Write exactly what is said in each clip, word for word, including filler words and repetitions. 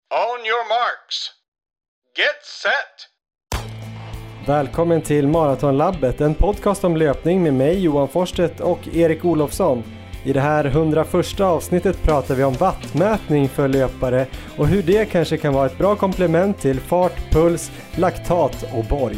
On your marks. Get set! Välkommen till Maratonlabbet, en podcast om löpning med mig Johan Forsstedt och Erik Olofsson. I det här hundraförsta avsnittet pratar vi om wattmätning för löpare och hur det kanske kan vara ett bra komplement till fart, puls, laktat och borg.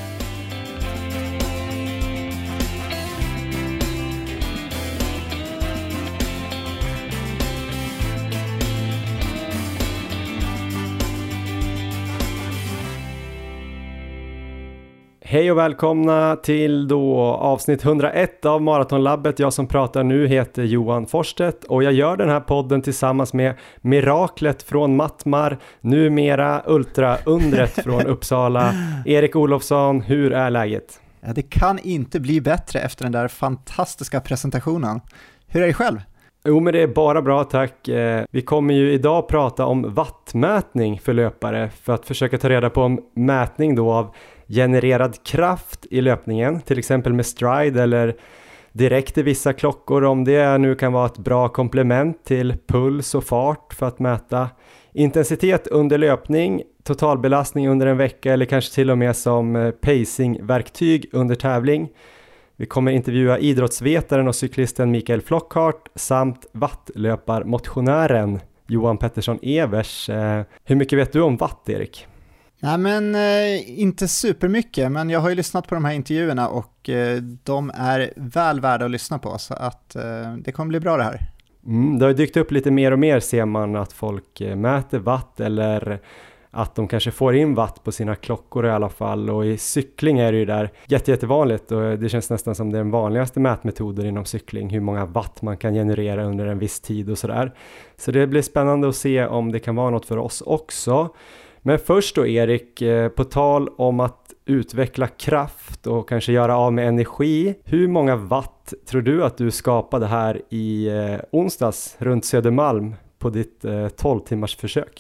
Hej och välkomna till då avsnitt hundraett av Maratonlabbet. Jag som pratar nu heter Johan Forsstedt och jag gör den här podden tillsammans med miraklet från Mattmar, numera ultraundret från Uppsala. Erik Olofsson, hur är läget? Ja, det kan inte bli bättre efter den där fantastiska presentationen. Hur är det själv? Jo, men det är bara bra, tack. Vi kommer ju idag prata om wattmätning för löpare för att försöka ta reda på om mätning då av genererad kraft i löpningen, till exempel med stride eller direkt i vissa klockor, om det nu kan vara ett bra komplement till puls och fart för att mäta intensitet under löpning, totalbelastning under en vecka eller kanske till och med som pacingverktyg under tävling. Vi kommer intervjua idrottsvetaren och cyklisten Mikael Flockhart samt wattlöparmotionären Johan Pettersson Evers. Hur mycket vet du om watt, Erik? Nej, men eh, inte supermycket, men jag har ju lyssnat på de här intervjuerna och eh, de är väl värda att lyssna på, så att eh, det kommer bli bra det här. Mm, det har dykt upp lite mer och mer, ser man att folk mäter watt eller att de kanske får in watt på sina klockor i alla fall, och i cykling är det ju där jätte, jättevanligt och det känns nästan som det är den vanligaste mätmetoden inom cykling, hur många watt man kan generera under en viss tid och sådär. Så det blir spännande att se om det kan vara något för oss också. Men först då, Erik, på tal om att utveckla kraft och kanske göra av med energi. Hur många watt tror du att du skapade här i eh, onsdags runt Södermalm på ditt eh, tolv timmars försök?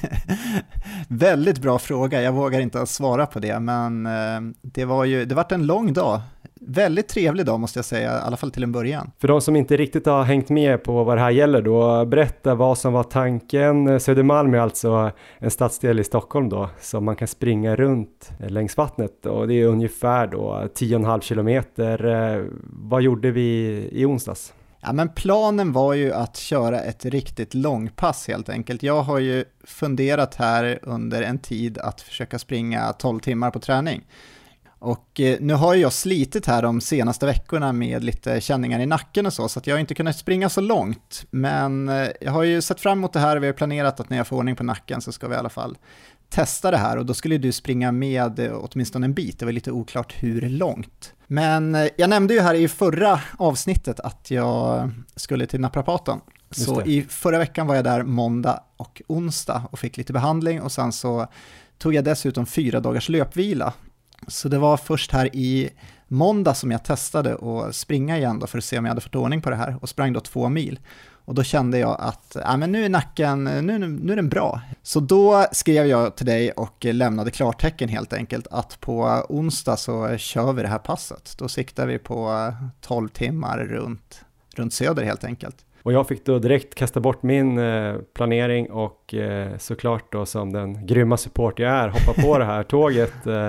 Väldigt bra fråga, jag vågar inte svara på det, men eh, det var ju, det var en lång dag. Väldigt trevlig dag måste jag säga, i alla fall till en början. För de som inte riktigt har hängt med på vad det här gäller då, berätta vad som var tanken. Södermalm är alltså en stadsdel i Stockholm då, som man kan springa runt längs vattnet, och det är ungefär då tio komma fem kilometer. Vad gjorde vi i onsdags? Ja, men planen var ju att köra ett riktigt långpass helt enkelt. Jag har ju funderat här under en tid att försöka springa tolv timmar på träning. Och nu har jag slitit här de senaste veckorna med lite känningar i nacken och så, så att jag har inte kunnat springa så långt. Men jag har ju sett fram emot det här och vi har planerat att när jag får ordning på nacken så ska vi i alla fall testa det här. Och då skulle du springa med åtminstone en bit, det var lite oklart hur långt. Men jag nämnde ju här i förra avsnittet att jag skulle till naprapaten. Så i förra veckan var jag där måndag och onsdag och fick lite behandling, och sen så tog jag dessutom fyra dagars löpvila. Så det var först här i måndag som jag testade att springa igen då för att se om jag hade fått ordning på det här, och sprang då två mil. Och då kände jag att äh, men nu är nacken, nu, nu är den bra. Så då skrev jag till dig och lämnade klartecken helt enkelt att på onsdag så kör vi det här passet. Då siktar vi på tolv timmar runt, runt söder helt enkelt. Och jag fick då direkt kasta bort min eh, planering och eh, såklart då som den grymma support jag är hoppa på det här tåget. Eh,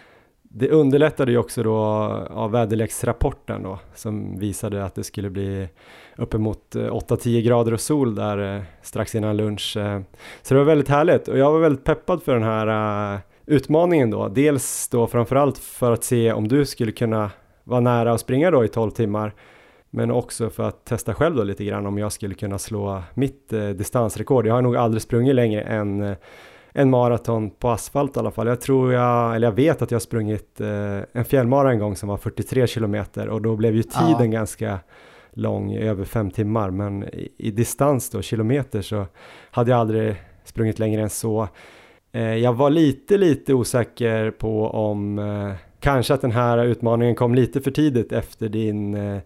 Det underlättade ju också då av väderleksrapporten då, som visade att det skulle bli uppemot åtta till tio grader och sol där eh, strax innan lunch. Eh. Så det var väldigt härligt och jag var väldigt peppad för den här uh, utmaningen då. Dels då framförallt för att se om du skulle kunna vara nära och springa då i tolv timmar. Men också för att testa själv då lite grann om jag skulle kunna slå mitt eh, distansrekord. Jag har nog aldrig sprungit längre än eh, en maraton på asfalt i alla fall. Jag tror jag, eller jag vet att jag har sprungit eh, en fjällmara en gång som var fyrtiotre kilometer och då blev ju tiden ja. ganska lång, över fem timmar. Men i, i distans då, kilometer, så hade jag aldrig sprungit längre än så. Eh, jag var lite, lite osäker på om eh, kanske att den här utmaningen kom lite för tidigt efter din eh,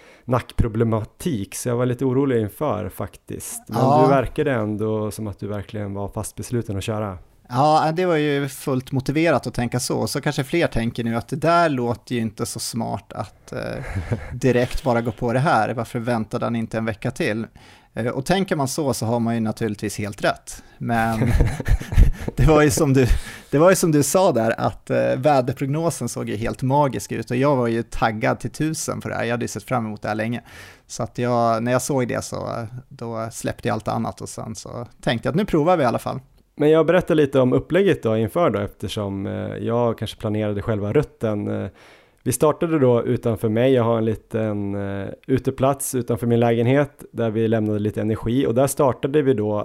nackproblematik, så jag var lite orolig inför faktiskt. Men ja. du verkade ändå som att du verkligen var fast besluten att köra. Ja, det var ju fullt motiverat att tänka så. Så kanske fler tänker nu att det där låter ju inte så smart att eh, direkt bara gå på det här. Varför väntade han inte en vecka till? Och tänker man så så har man ju naturligtvis helt rätt. Men det var ju som du, det var ju som du sa där att eh, väderprognosen såg ju helt magisk ut och jag var ju taggad till tusen på det här. Jag hade ju sett fram emot det här länge. Så att jag, när jag såg det så då släppte jag allt annat och sen så tänkte jag att nu provar vi i alla fall. Men jag berättar lite om upplägget då inför då eftersom eh, jag kanske planerade själva rutten. Eh, Vi startade då utanför mig, jag har en liten uh, uteplats utanför min lägenhet där vi lämnade lite energi och där startade vi då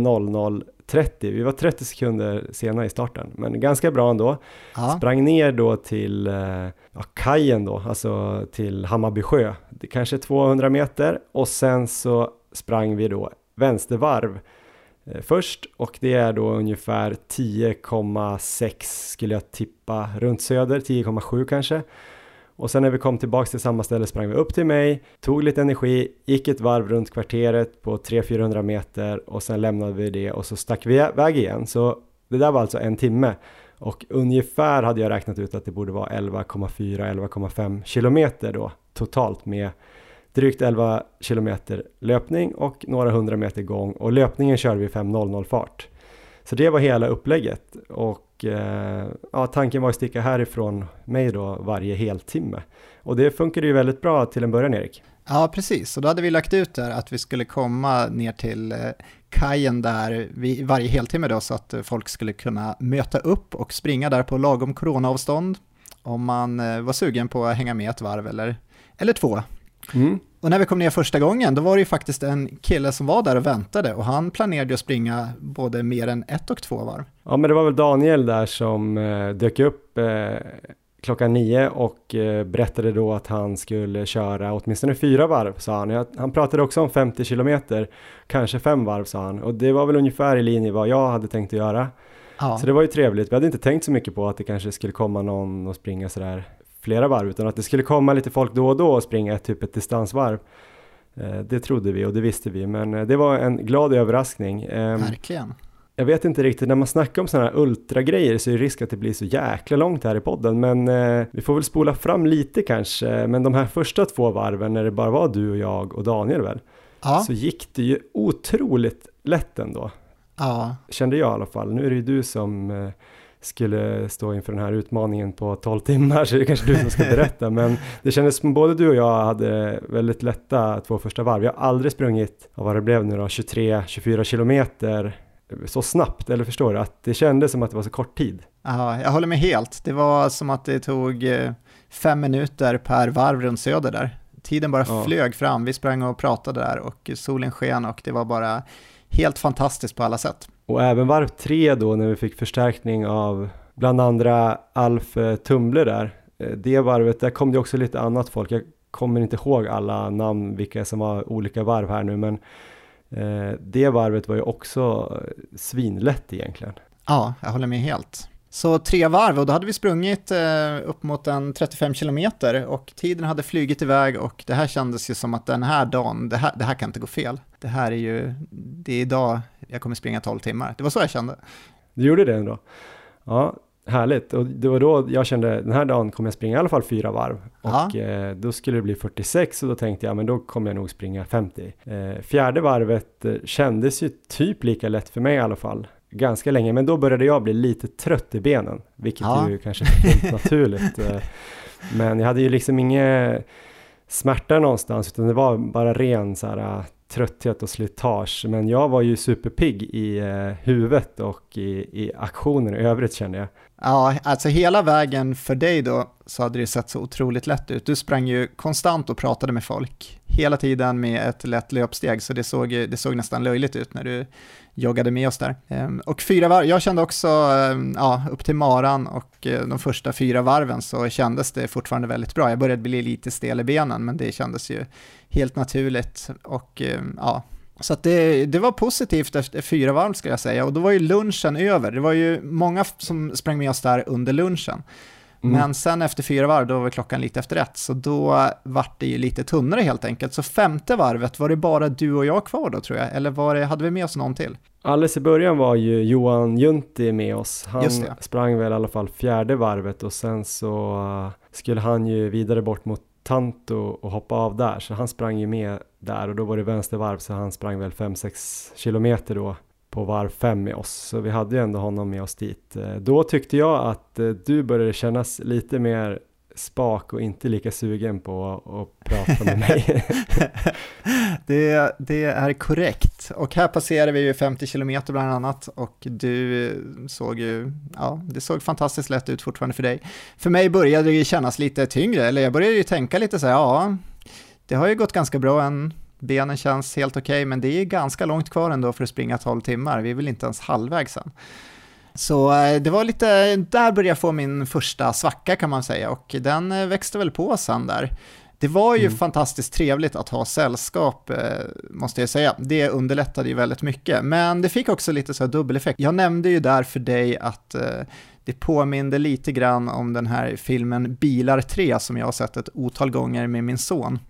nio trettio. Vi var trettio sekunder sena i starten, men ganska bra ändå. Ja. Sprang ner då till uh, ja, kajen då, alltså till Hammarby sjö. Det kanske tvåhundra meter och sen så sprang vi då vänstervarv uh, först och det är då ungefär tio komma sex skulle jag tippa runt söder, tio komma sju kanske. Och sen när vi kom tillbaka till samma ställe sprang vi upp till mig, tog lite energi, gick ett varv runt kvarteret på tre till fyrahundra meter och sen lämnade vi det och så stack vi iväg igen. Så det där var alltså en timme och ungefär hade jag räknat ut att det borde vara elva komma fyra till elva komma fem kilometer då totalt med drygt elva kilometer löpning och några hundra meter gång och löpningen körde vi fem noll noll fart. Så det var hela upplägget och eh, ja, tanken var att sticka härifrån mig då varje heltimme. Och det funkade ju väldigt bra till en början, Erik. Ja, precis. Och då hade vi lagt ut där att vi skulle komma ner till eh, kajen där vi, varje heltimme då så att folk skulle kunna möta upp och springa där på lagom coronaavstånd om man eh, var sugen på att hänga med ett varv eller, eller två. Mm. Och när vi kom ner första gången då var det ju faktiskt en kille som var där och väntade och han planerade att springa både mer än ett och två varv. Ja, men det var väl Daniel där som eh, dök upp eh, klockan nio och eh, berättade då att han skulle köra åtminstone fyra varv, sa han. Jag, han pratade också om femtio kilometer, kanske fem varv, sa han. Och det var väl ungefär i linje vad jag hade tänkt att göra. Ja. Så det var ju trevligt. Vi hade inte tänkt så mycket på att det kanske skulle komma någon och springa sådär flera varv, utan att det skulle komma lite folk då och då och springa ett typ ett distansvarv. Eh, det trodde vi och det visste vi, men eh, det var en glad överraskning. Eh, Verkligen. Jag vet inte riktigt, när man snackar om sådana här ultragrejer så är det risk att det blir så jäkla långt här i podden, men eh, vi får väl spola fram lite kanske. Men de här första två varven när det bara var du och jag och Daniel väl, ja. Så gick det ju otroligt lätt ändå. Ja. Kände jag i alla fall. Nu är det ju du som eh, skulle stå inför den här utmaningen på tolv timmar, så det är kanske du som ska berätta, men det kändes som både du och jag hade väldigt lätta två första varv. Jag har aldrig sprungit, vad det blev nu då, tjugotre till tjugofyra kilometer så snabbt, eller förstår du, att det kändes som att det var så kort tid. Ja, jag håller med helt. Det var som att det tog fem minuter per varv runt söder där. Tiden bara ja. flög fram. Vi sprang och pratade där och solen sken och det var bara helt fantastiskt på alla sätt. Och även varv tre då när vi fick förstärkning av bland andra Alf Tumble där. Det varvet, där kom det också lite annat folk. Jag kommer inte ihåg alla namn, vilka som var olika varv här nu, men eh, det varvet var ju också svinlätt egentligen. Ja, jag håller med helt. Så tre varv och då hade vi sprungit eh, upp mot en trettiofem kilometer och tiden hade flygit iväg och det här kändes ju som att den här dagen, det här, det här kan inte gå fel. Det här är ju, det är idag jag kommer springa tolv timmar. Det var så jag kände. Du gjorde det ändå? Ja, härligt. Och det var då jag kände, den här dagen kommer jag springa i alla fall fyra varv. Och eh, då skulle det bli fyrtiosex och då tänkte jag, men då kommer jag nog springa femtio. Eh, fjärde varvet eh, kändes ju typ lika lätt för mig i alla fall. Ganska länge, men då började jag bli lite trött i benen, vilket ja. ju kanske är helt naturligt. Men jag hade ju liksom inga smärta någonstans, utan det var bara ren så här, trötthet och slitage. Men jag var ju superpigg i eh, huvudet och i, i aktionen i övrigt, kände jag. Ja, alltså hela vägen för dig då så hade det sett så otroligt lätt ut. Du sprang ju konstant och pratade med folk hela tiden med ett lätt löpsteg, så det såg, det såg nästan löjligt ut när du joggade med oss där. Och fyra varv, jag kände också ja, upp till maran och de första fyra varven så kändes det fortfarande väldigt bra. Jag började bli lite stel i benen, men det kändes ju helt naturligt och ja, så att det, det var positivt efter fyra varv ska jag säga. Och då var ju lunchen över. Det var ju många som sprang med oss där under lunchen. Mm. Men sen efter fyra varv då var klockan lite efter ett. Så då var det ju lite tunnare helt enkelt. Så femte varvet var det bara du och jag kvar då tror jag. Eller var det, hade vi med oss någon till? Alldeles i början var ju Johan Junti med oss. Han sprang väl i alla fall fjärde varvet. Och sen så skulle han ju vidare bort mot Tanto och hoppa av där, så han sprang ju med där och då var det vänstervarv, så han sprang väl fem sex kilometer då på varv fem med oss, så vi hade ju ändå honom med oss dit. Då tyckte jag att du började kännas lite mer spak och inte lika sugen på att prata med mig. det, det är korrekt. Och här passerar vi ju femtio kilometer bland annat och du såg ju, ja, det såg fantastiskt lätt ut fortfarande för dig. För mig började det ju kännas lite tyngre, eller jag började ju tänka lite så här, ja, det har ju gått ganska bra än. Benen känns helt okej, okay, men det är ganska långt kvar ändå för att springa tolv timmar. Vi är väl inte ens halvvägs sen. Så det var lite, där började jag få min första svacka kan man säga, och den växte väl på sen där. Det var ju mm. fantastiskt trevligt att ha sällskap, måste jag säga. Det underlättade ju väldigt mycket, men det fick också lite så här dubbeleffekt. Jag nämnde ju där för dig att det påminde lite grann om den här filmen Bilar tre som jag har sett ett otal gånger med min son.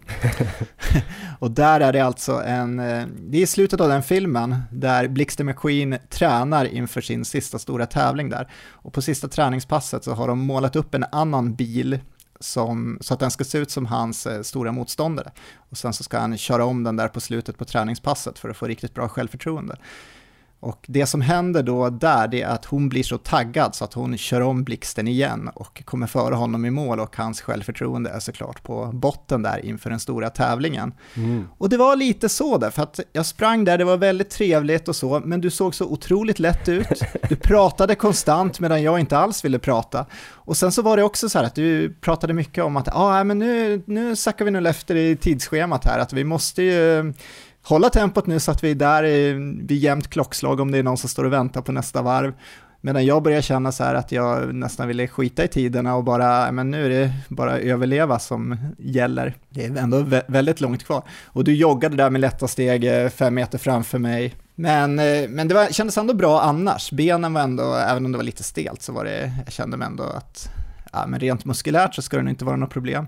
Och där är det alltså en, det är i slutet av den filmen där Blixter McQueen tränar inför sin sista stora tävling där, och på sista träningspasset så har de målat upp en annan bil som, så att den ska se ut som hans eh, stora motståndare, och sen så ska han köra om den där på slutet på träningspasset för att få riktigt bra självförtroende. Och det som händer då där, det är att hon blir så taggad så att hon kör om Blixten igen och kommer före honom i mål, och hans självförtroende är såklart på botten där inför den stora tävlingen. Mm. Och det var lite så där, för att jag sprang där, det var väldigt trevligt och så, men du såg så otroligt lätt ut. Du pratade konstant medan jag inte alls ville prata. Och sen så var det också så här att du pratade mycket om att ah, men nu, nu sackar vi nu efter i tidsschemat här, att vi måste ju hålla tempot nu så att vi är där vid jämnt klockslag om det är någon som står och väntar på nästa varv. Medan jag börjar känna så här att jag nästan ville skita i tiderna och bara, men nu är det bara överleva som gäller. Det är ändå vä- väldigt långt kvar. Och du joggade där med lätta steg fem meter framför mig. Men, men det var, kändes ändå bra annars. Benen var ändå, även om det var lite stelt, så var det, jag kände mig ändå att ja, men rent muskulärt så ska det nog inte vara något problem.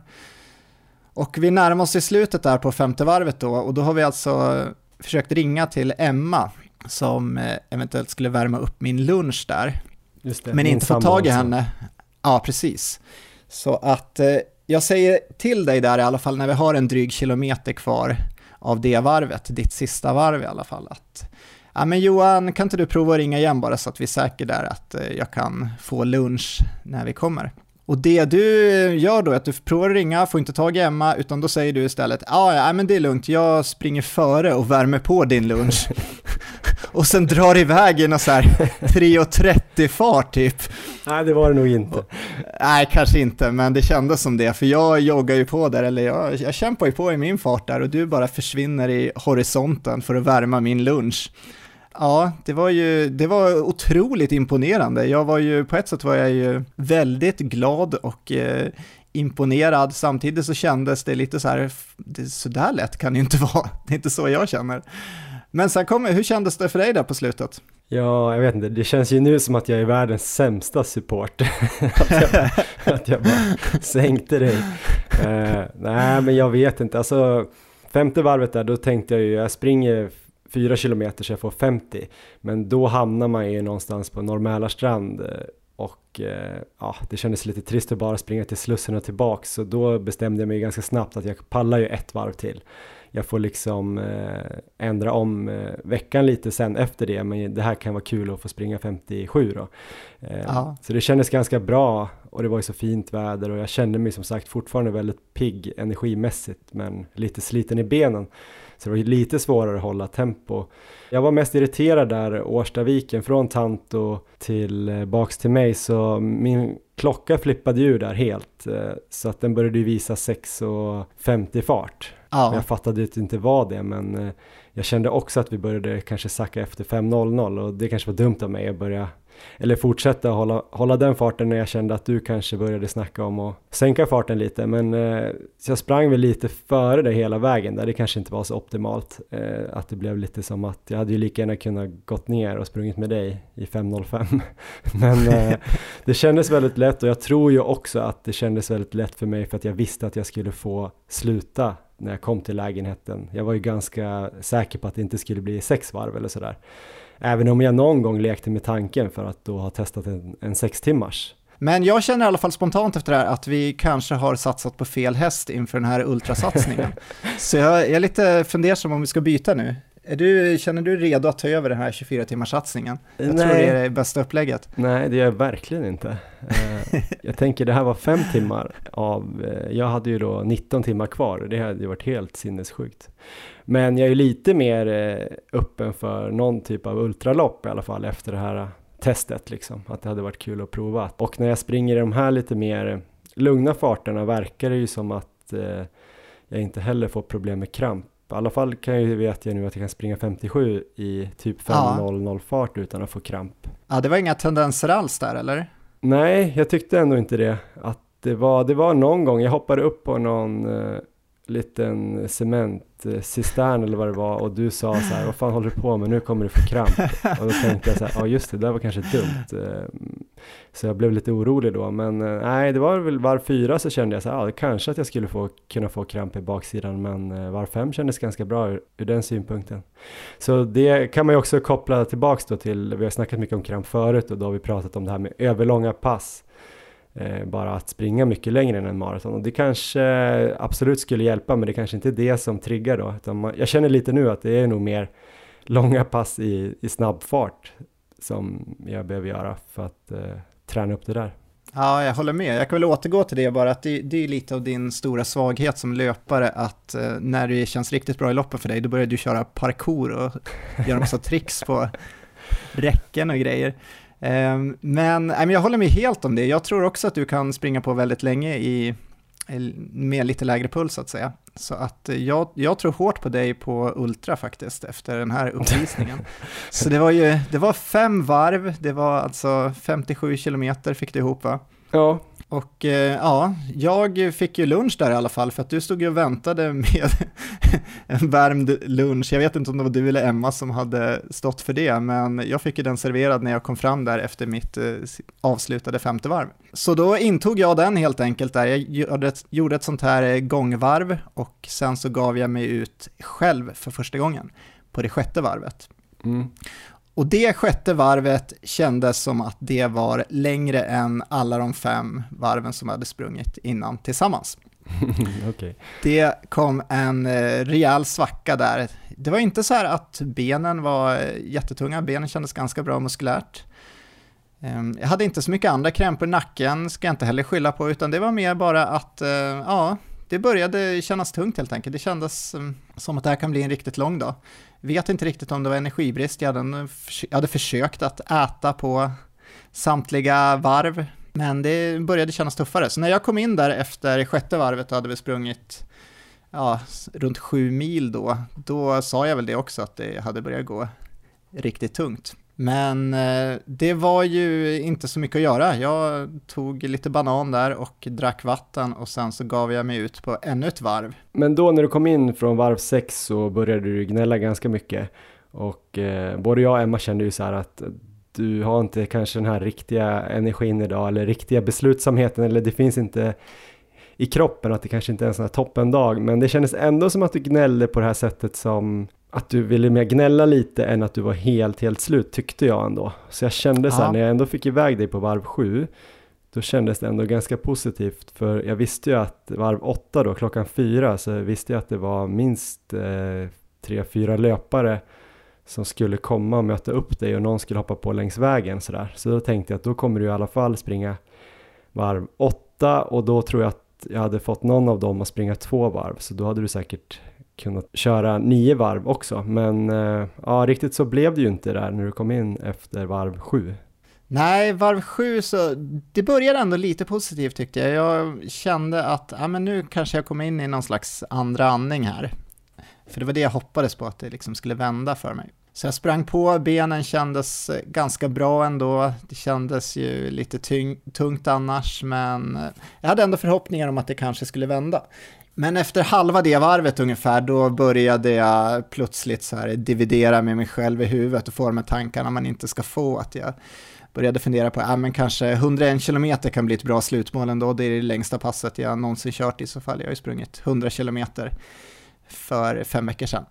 Och vi närmar oss i slutet där på femte varvet då, och då har vi alltså försökt ringa till Emma som eventuellt skulle värma upp min lunch där. Just det, men inte fått tag i henne. Ja, precis. Så att eh, jag säger till dig där i alla fall när vi har en dryg kilometer kvar av det varvet, ditt sista varv i alla fall, att ja, men Johan, kan inte du prova att ringa igen bara så att vi är säkra där att eh, jag kan få lunch när vi kommer? Och det du gör då är att du provar att ringa, får inte tag i Emma, utan då säger du istället ah, ja, men det är lugnt, jag springer före och värmer på din lunch. Och sen drar iväg i någon så här tre trettio fart typ. Nej, det var det nog inte. Nej, kanske inte, men det kändes som det. För jag joggar ju på där, eller jag, jag kämpar ju på i min fart där, och du bara försvinner i horisonten för att värma min lunch. Ja, det var ju det var otroligt imponerande. Jag var ju, på ett sätt var jag ju väldigt glad och eh, imponerad. Samtidigt så kändes det lite så här, det, så där lätt kan det inte vara. Det är inte så jag känner. Men sen kom, hur kändes det för dig där på slutet? Ja, jag vet inte. Det känns ju nu som att jag är världens sämsta support. att, jag, att jag bara sänkte dig. Uh, nej, men jag vet inte. Alltså, femte varvet där, då tänkte jag ju, jag springer fyra kilometer så jag får femtio. Men då hamnar man ju någonstans på Norrmälarstrand. Och uh, ja, det kändes lite trist att bara springa till Slussen och tillbaka. Så då bestämde jag mig ganska snabbt att jag pallar ju ett varv till. Jag får liksom eh, ändra om eh, veckan lite sen efter det, men det här kan vara kul att få springa femtiosju då. Eh, så det kändes ganska bra, och det var ju så fint väder, och jag kände mig som sagt fortfarande väldigt pigg energimässigt, men lite sliten i benen. Så det var ju lite svårare att hålla tempo. Jag var mest irriterad där Årstaviken från Tanto till eh, baks till mig, så min klocka flippade ju där helt. Eh, så att den började ju visa sex femtio fart. Ja. Jag fattade ju inte vad det, men eh, jag kände också att vi började kanske sacka efter fem noll noll, och det kanske var dumt av mig att börja, eller fortsätta hålla, hålla den farten när jag kände att du kanske började snacka om att sänka farten lite, men eh, så jag sprang väl lite före dig hela vägen där, det kanske inte var så optimalt, eh, att det blev lite som att jag hade ju lika gärna kunnat gått ner och sprungit med dig i fem noll fem, men eh, det kändes väldigt lätt, och jag tror ju också att det kändes väldigt lätt för mig för att jag visste att jag skulle få sluta när jag kom till lägenheten. Jag var ju ganska säker på att det inte skulle bli sex varv eller sådär. Även om jag någon gång lekte med tanken för att då ha testat en, en sex timmars. Men jag känner i alla fall spontant efter det här att vi kanske har satsat på fel häst inför den här ultrasatsningen. Så jag, jag är lite fundersam om vi ska byta nu. Är du, känner du redo att ta över den här tjugofyra timmars satsningen? Jag Nej. tror det är det bästa upplägget. Nej, det är jag verkligen inte. Jag tänker det här var fem timmar av, jag hade ju då nitton timmar kvar. Det hade ju varit helt sinnessjukt. Men jag är lite mer öppen för någon typ av ultralopp i alla fall efter det här testet liksom. Att det hade varit kul att prova. Och när jag springer i de här lite mer lugna farterna verkar det ju som att eh, jag inte heller får problem med kramp. I alla fall kan jag ju veta nu att jag kan springa femtiosju i typ fem noll noll fart utan att få kramp. Ja, det var inga tendenser alls där, eller? Nej, jag tyckte ändå inte det. Att det var, det var någon gång, jag hoppade upp på någon eh, liten cementcistern eller vad det var och du sa så här, vad fan håller du på med, nu kommer du få kramp. Och då tänkte jag så här, ja just det, det var kanske dumt. Så jag blev lite orolig då, men nej, det var väl var fyra så kände jag så här, ja, kanske att jag skulle få, kunna få kramp i baksidan, men var fem kändes ganska bra ur, ur den synpunkten. Så det kan man ju också koppla tillbaks då till, vi har snackat mycket om kramp förut och då har vi pratat om det här med överlånga pass. Eh, bara att springa mycket längre än en maraton, och det kanske absolut skulle hjälpa, men det kanske inte är det som triggar då, utan man, jag känner lite nu att det är nog mer långa pass i, i snabb fart som jag behöver göra för att eh, träna upp det där. Ja, jag håller med. Jag kan väl återgå till det bara, att det, det är lite av din stora svaghet som löpare, att eh, när det känns riktigt bra i loppen för dig, då börjar du köra parkour och göra massa tricks på räcken och grejer. Um, men, nej, men jag håller med helt om det. Jag tror också att du kan springa på väldigt länge i, med lite lägre puls så att säga. Så att jag, jag tror hårt på dig på ultra faktiskt efter den här uppvisningen. Så det var ju det var fem varv, det var alltså femtiosju kilometer fick du ihop, va? Ja. Och eh, ja, jag fick ju lunch där i alla fall, för att du stod ju och väntade med en värmd lunch. Jag vet inte om det var du eller Emma som hade stått för det, men jag fick ju den serverad när jag kom fram där efter mitt eh, avslutade femte varv. Så då intog jag den helt enkelt där. Jag gjorde ett, gjorde ett sånt här gångvarv och sen så gav jag mig ut själv för första gången på det sjätte varvet. Mm. Och det sjätte varvet kändes som att det var längre än alla de fem varven som hade sprungit innan tillsammans. Okay. Det kom en rejäl svacka där. Det var inte så här att benen var jättetunga, benen kändes ganska bra muskulärt. Jag hade inte så mycket andra krämpor i nacken, ska jag inte heller skylla på, utan det var mer bara att ja, det började kännas tungt helt enkelt. Det kändes som att det här kan bli en riktigt lång dag. Vet inte riktigt om det var energibrist. Jag hade, jag hade försökt att äta på samtliga varv, men det började kännas tuffare. Så när jag kom in där efter sjätte varvet hade vi sprungit ja, runt sju mil då. Då sa jag väl det också, att det hade börjat gå riktigt tungt. Men eh, det var ju inte så mycket att göra. Jag tog lite banan där och drack vatten och sen så gav jag mig ut på ännu ett varv. Men då när du kom in från varv sex så började du gnälla ganska mycket. Och eh, både jag och Emma kände ju så här att du har inte kanske den här riktiga energin idag eller riktiga beslutsamheten, eller det finns inte i kroppen, att det kanske inte är en sån här toppendag. Men det kändes ändå som att du gnällde på det här sättet, som att du ville mer gnälla lite än att du var helt, helt slut, tyckte jag ändå. Så jag kände så här, när jag ändå fick iväg dig på varv sju, då kändes det ändå ganska positivt. För jag visste ju att varv åtta då, klockan fyra, så visste jag att det var minst eh, tre, fyra löpare som skulle komma och möta upp dig och någon skulle hoppa på längs vägen. Så, där. Så då tänkte jag att då kommer du i alla fall springa varv åtta, och då tror jag att jag hade fått någon av dem att springa två varv. Så då hade du säkert kunnat köra nio varv också. Men eh, ja, riktigt så blev det ju inte där när du kom in efter varv sju. Nej, varv sju så det började ändå lite positivt tyckte jag. Jag kände att ja, men nu kanske jag kommer in i någon slags andra andning här. För det var det jag hoppades på, att det liksom skulle vända för mig. Så jag sprang på, benen kändes ganska bra ändå. Det kändes ju lite tyng, tungt annars, men jag hade ändå förhoppningar om att det kanske skulle vända. Men efter halva det varvet ungefär, då började jag plötsligt så här dividera med mig själv i huvudet och få med tankarna man inte ska få. Att jag började fundera på, ja men kanske hundraen kilometer kan bli ett bra slutmål ändå. Det är det längsta passet jag någonsin kört i så fall. Jag har ju sprungit hundra kilometer för fem veckor sedan.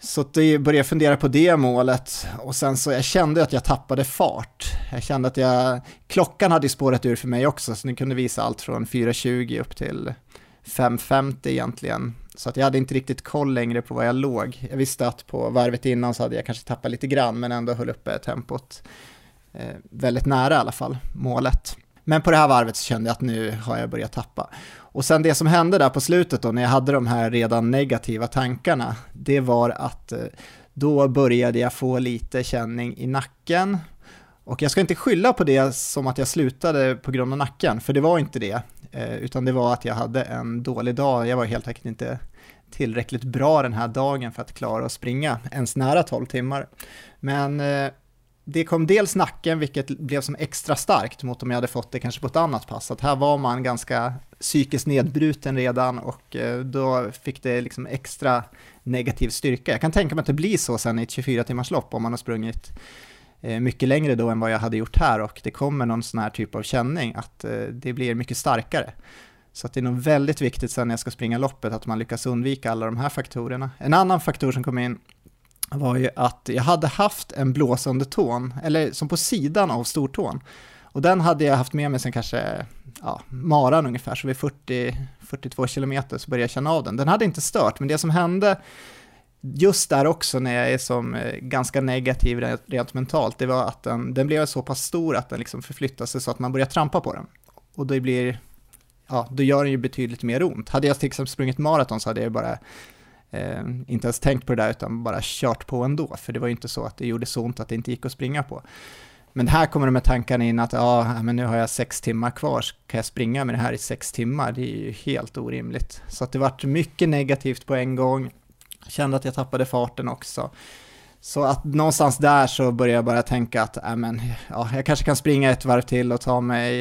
Så det började jag fundera på det målet och sen så jag kände att jag tappade fart. Jag kände att jag, klockan hade spårat ur för mig också, så den kunde visa allt från fyra tjugo upp till fem femtio egentligen. Så att jag hade inte riktigt koll längre på var jag låg. Jag visste att på varvet innan så hade jag kanske tappat lite grann, men ändå höll uppe tempot eh, väldigt nära i alla fall, målet. Men på det här varvet så kände jag att nu har jag börjat tappa. Och sen det som hände där på slutet då, när jag hade de här redan negativa tankarna, det var att eh, då började jag få lite känning i nacken. Och jag ska inte skylla på det som att jag slutade på grund av nacken, för det var inte det. Eh, utan det var att jag hade en dålig dag. Jag var helt enkelt inte tillräckligt bra den här dagen för att klara att springa ens nära tolv timmar. Men eh, det kom dels nacken, vilket blev som extra starkt mot om jag hade fått det kanske på ett annat pass. Att här var man ganska psykiskt nedbruten redan och eh, då fick det liksom extra negativ styrka. Jag kan tänka mig att det blir så sen i ett tjugofyra timmars lopp om man har sprungit mycket längre då än vad jag hade gjort här och det kommer någon sån här typ av känning att eh, det blir mycket starkare. Så att det är nog väldigt viktigt sen när jag ska springa loppet att man lyckas undvika alla de här faktorerna. En annan faktor som kom in var ju att jag hade haft en blåsande tån, eller som på sidan av stortån. Och den hade jag haft med mig sen kanske ja, maran ungefär, så vid fyrtio till fyrtiotvå kilometer så började jag känna av den. Den hade inte stört, men det som hände just där också när jag är som ganska negativ rent mentalt, det var att den, den blev så pass stor att den liksom förflyttade sig så att man börjar trampa på den. Och då blir, ja, då gör den ju betydligt mer ont. Hade jag till exempel sprungit maraton så hade jag bara eh, inte ens tänkt på det där utan bara kört på ändå. För det var ju inte så att det gjorde så ont att det inte gick att springa på. Men här kommer de med tankarna in att ja, men nu har jag sex timmar kvar, så kan jag springa med det här i sex timmar? Det är ju helt orimligt. Så att det var mycket negativt på en gång. Jag kände att jag tappade farten också. Så att någonstans där så började jag bara tänka att äh, men, ja, jag kanske kan springa ett varv till och ta mig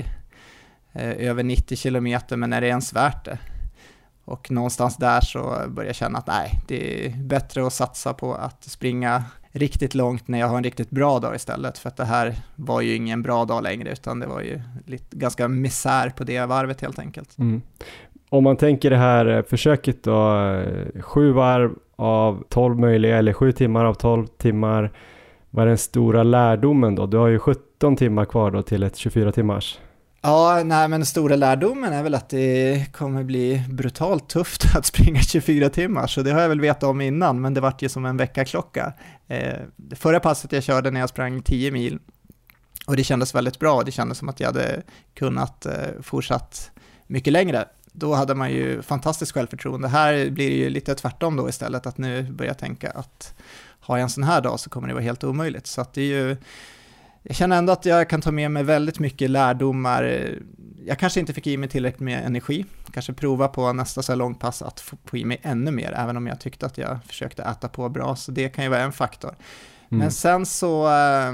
eh, över nittio kilometer, men är det ens värt det? Och någonstans där så började jag känna att nej, det är bättre att satsa på att springa riktigt långt när jag har en riktigt bra dag istället. För att det här var ju ingen bra dag längre, utan det var ju lite, ganska misär på det varvet helt enkelt. Mm. Om man tänker det här försöket då, sju varv av tolv möjliga eller sju timmar av tolv timmar, vad är den stora lärdomen då? Du har ju sjutton timmar kvar då till ett tjugofyra timmars. Ja, nej, men den stora lärdomen är väl att det kommer bli brutalt tufft att springa tjugofyra timmar, så det har jag väl vetat om innan, men det var ju som en veckaklocka. Eh, det förra passet jag körde när jag sprang tio mil och det kändes väldigt bra, det kändes som att jag hade kunnat eh, fortsatt mycket längre. Då hade man ju fantastiskt självförtroende. Här blir det ju lite tvärtom då istället, att nu börjar jag tänka att har jag en sån här dag så kommer det vara helt omöjligt. Så att det är ju, jag känner ändå att jag kan ta med mig väldigt mycket lärdomar. Jag kanske inte fick i mig tillräckligt med energi. Kanske prova på nästa så här långpass att få i mig ännu mer, även om jag tyckte att jag försökte äta på bra. Så det kan ju vara en faktor. Mm. Men sen så,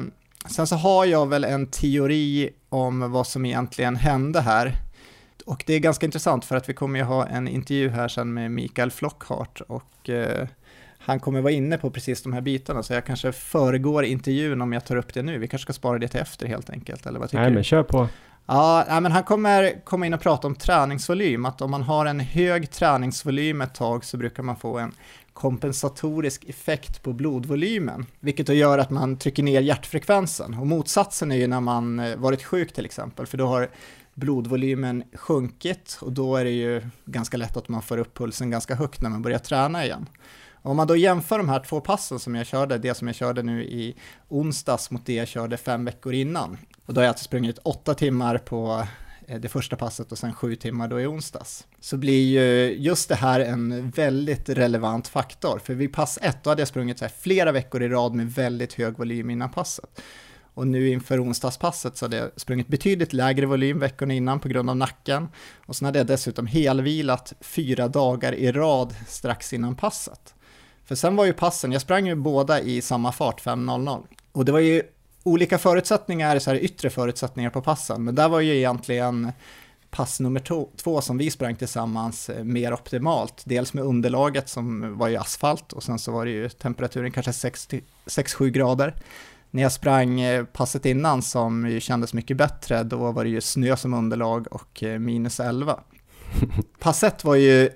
sen så har jag väl en teori om vad som egentligen hände här. Och det är ganska intressant för att vi kommer ju ha en intervju här sen med Mikael Flockhart och eh, han kommer vara inne på precis de här bitarna, så jag kanske föregår intervjun om jag tar upp det nu. Vi kanske ska spara det till efter helt enkelt, eller vad tycker Nej, du? men kör på. Ja, nej, men han kommer komma in och prata om träningsvolym, att om man har en hög träningsvolym ett tag så brukar man få en kompensatorisk effekt på blodvolymen, vilket då gör att man trycker ner hjärtfrekvensen. Och motsatsen är ju när man varit sjuk till exempel, för då har blodvolymen sjunkit och då är det ju ganska lätt att man får upp pulsen ganska högt när man börjar träna igen. Om man då jämför de här två passen som jag körde, det som jag körde nu i onsdags mot det jag körde fem veckor innan, och då har jag alltså sprungit åtta timmar på det första passet och sen sju timmar då i onsdags, så blir ju just det här en väldigt relevant faktor. För vid pass ett då hade jag sprungit så här flera veckor i rad med väldigt hög volym innan passet. Och nu inför onsdagspasset så hade jag sprungit betydligt lägre volym veckorna innan på grund av nacken. Och sen hade jag dessutom helvilat fyra dagar i rad strax innan passet. För sen var ju passen, jag sprang ju båda i samma fart, fem noll noll. Och det var ju olika förutsättningar, så här yttre förutsättningar på passen. Men där var ju egentligen pass nummer to- två som vi sprang tillsammans mer optimalt. Dels med underlaget som var ju asfalt och sen så var det ju temperaturen kanske sex till sju grader. När jag sprang passet innan som ju kändes mycket bättre, då var det ju snö som underlag och minus elva. Passet var ju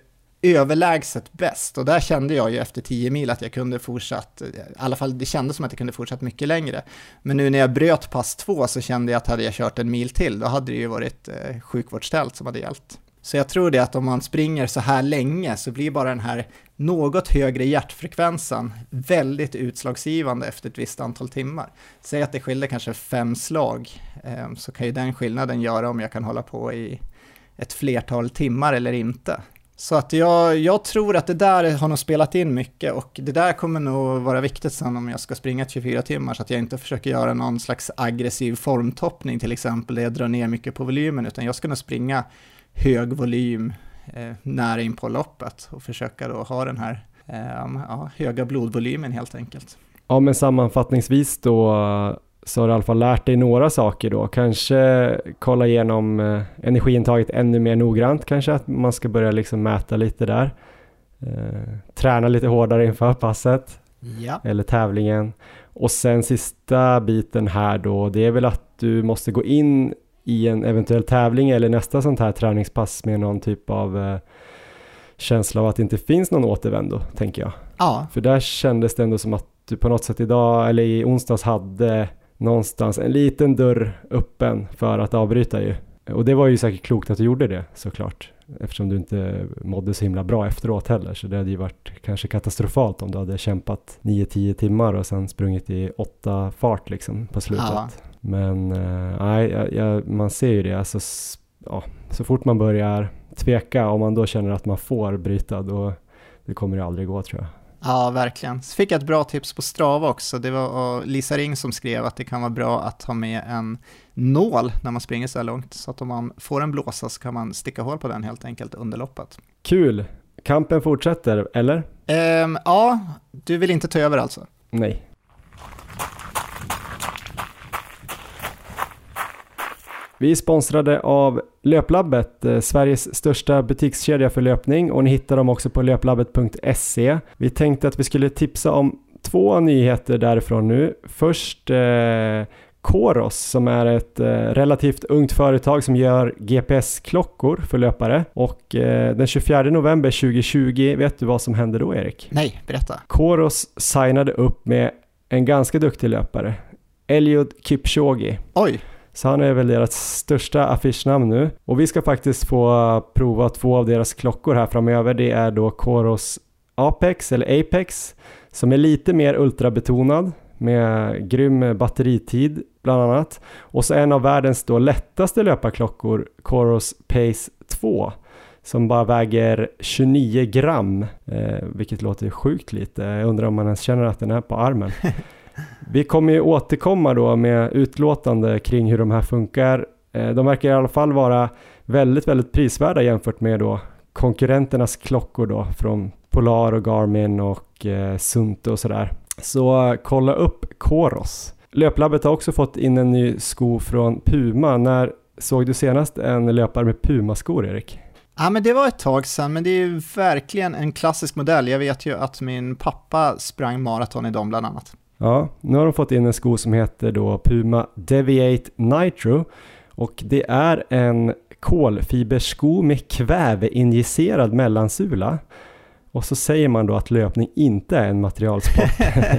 överlägset bäst, och där kände jag ju efter tio mil att jag kunde fortsatt, i alla fall det kändes som att jag kunde fortsatt mycket längre. Men nu när jag bröt pass två så kände jag att hade jag kört en mil till, då hade det ju varit eh, sjukvårdstält som hade hjälpt. Så jag tror det att om man springer så här länge så blir bara den här något högre hjärtfrekvensen väldigt utslagsgivande efter ett visst antal timmar. Säg att det skiljer kanske fem slag, eh, så kan ju den skillnaden göra om jag kan hålla på i ett flertal timmar eller inte. Så att jag, jag tror att det där har nog spelat in mycket, och det där kommer nog vara viktigt sen om jag ska springa tjugofyra timmar, så att jag inte försöker göra någon slags aggressiv formtoppning till exempel, där jag drar ner mycket på volymen, utan jag ska nog springa hög volym eh, nära in på loppet och försöka då ha den här eh, ja, höga blodvolymen helt enkelt. Ja, men sammanfattningsvis då så har du i alla fall lärt dig några saker då. Kanske kolla igenom eh, energiintaget ännu mer noggrant, kanske att man ska börja liksom mäta lite där. Eh, träna lite hårdare inför passet ja. eller tävlingen. Och sen sista biten här då, det är väl att du måste gå in i en eventuell tävling eller nästa sånt här träningspass med någon typ av eh, känsla av att det inte finns någon återvändo, tänker jag. Ja. För där kändes det ändå som att du på något sätt idag eller i onsdags hade någonstans en liten dörr öppen för att avbryta ju. Och det var ju säkert klokt att du gjorde det, såklart. Eftersom du inte mådde så himla bra efteråt heller. Så det hade ju varit kanske katastrofalt om du hade kämpat nio tio timmar och sen sprungit i åtta fart liksom på slutet. Ja. Men nej, äh, man ser ju det. Alltså, ja, så fort man börjar tveka, om man då känner att man får bryta, då det kommer det aldrig gå, tror jag. Ja, verkligen. Så fick jag ett bra tips på Strava också. Det var Lisa Ring som skrev att det kan vara bra att ha med en nål när man springer så här långt. Så att om man får en blåsa så kan man sticka hål på den helt enkelt under loppet. Kul! Kampen fortsätter, eller? Um, ja, du vill inte ta över alltså? Nej. Vi är sponsrade av Löplabbet, eh, Sveriges största butikskedja för löpning, och ni hittar dem också på löplabbet punkt se. Vi tänkte att vi skulle tipsa om två nyheter därifrån nu. Först eh, Coros, som är ett eh, relativt ungt företag som gör G P S-klockor för löpare. Och eh, den tjugofjärde november tjugohundratjugo, vet du vad som hände då, Erik? Nej, berätta. Coros signade upp med en ganska duktig löpare, Eliud Kipchoge. Oj! Så han är väl deras största affischnamn nu. Och vi ska faktiskt få prova två av deras klockor här framöver. Det är då Coros Apex eller Apex, som är lite mer ultrabetonad med grym batteritid bland annat. Och så en av världens då lättaste löparklockor, Coros Pace två, som bara väger tjugonio gram, eh, vilket låter sjukt lite. Jag undrar om man ens känner att den är på armen. Vi kommer ju återkomma då med utlåtande kring hur de här funkar. De verkar i alla fall vara väldigt, väldigt prisvärda jämfört med då konkurrenternas klockor då från Polar och Garmin och eh, Sunto och sådär. Så kolla upp Coros. Löplabbet har också fått in en ny sko från Puma. När såg du senast en löpare med Puma-skor, Erik? Ja, men det var ett tag sedan, men det är ju verkligen en klassisk modell. Jag vet ju att min pappa sprang maraton i dem bland annat. Ja, nu har de fått in en sko som heter då Puma Deviate Nitro, och det är en kolfibersko med kväveinjicerad mellansula. Och så säger man då att löpning inte är en materialsport.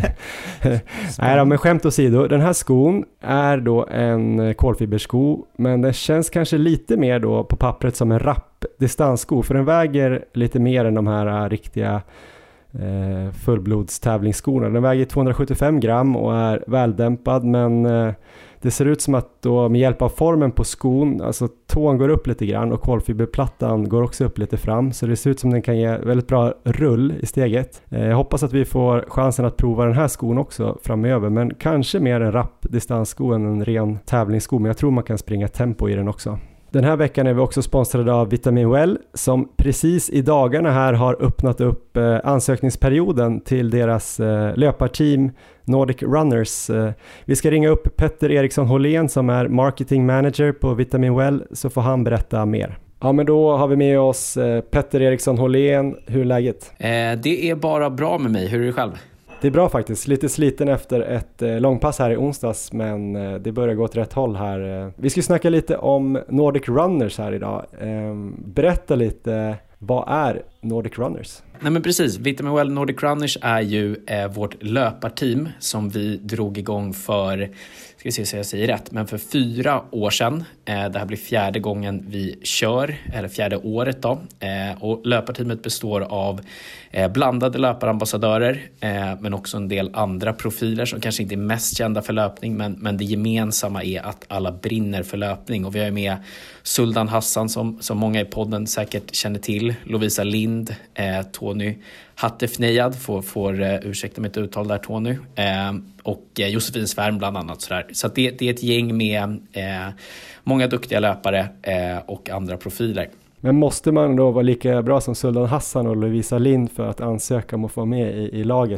Nej då, men skämt åsido, den här skon är då en kolfibersko, men den känns kanske lite mer då på pappret som en rapp distanssko, för den väger lite mer än de här riktiga Eh, fullblodstävlingsskorna. Den väger tvåhundrasjuttiofem gram och är väldämpad, men eh, det ser ut som att då med hjälp av formen på skon, alltså tån går upp lite grann och kolfiberplattan går också upp lite fram, så det ser ut som den kan ge väldigt bra rull i steget. Eh, jag hoppas att vi får chansen att prova den här skon också framöver, men kanske mer en rapp distanssko än en ren tävlingssko, men jag tror man kan springa tempo i den också. Den här veckan är vi också sponsrade av Vitamin Well, som precis i dagarna här har öppnat upp eh, ansökningsperioden till deras eh, löparteam Nordic Runners. Eh, vi ska ringa upp Petter Eriksson Hållén som är marketing manager på Vitamin Well, så får han berätta mer. Ja, men då har vi med oss eh, Petter Eriksson Hållén. Hur är läget? Eh, det är bara bra med mig. Hur är det själv? Det är bra faktiskt. Lite sliten efter ett eh, långpass här i onsdags, men eh, det börjar gå åt rätt håll här. Vi ska snacka lite om Nordic Runners här idag. Eh, berätta lite, Vad är Nordic Runners? Nej men precis, Vitamin Well Nordic Runners är ju eh, vårt löparteam som vi drog igång för, ska vi se så jag säger rätt, men för fyra år sedan. Eh, det här blir fjärde gången vi kör, eller fjärde året då. Eh, och löparteamet består av eh, blandade löparambassadörer, eh, men också en del andra profiler som kanske inte är mest kända för löpning, men, men det gemensamma är att alla brinner för löpning. Och vi har med Suldan Hassan som, som många i podden säkert känner till, Lovisa Lind, eh, Tony Hattefnejad, får, får uh, ursäkta mitt uttal där Tony, eh, och uh, Josefin Svärm bland annat. Sådär. Så att det, det är ett gäng med eh, många duktiga löpare eh, och andra profiler. Men måste man då vara lika bra som Suldan Hassan och Lovisa Lind för att ansöka om att få vara med i, i laget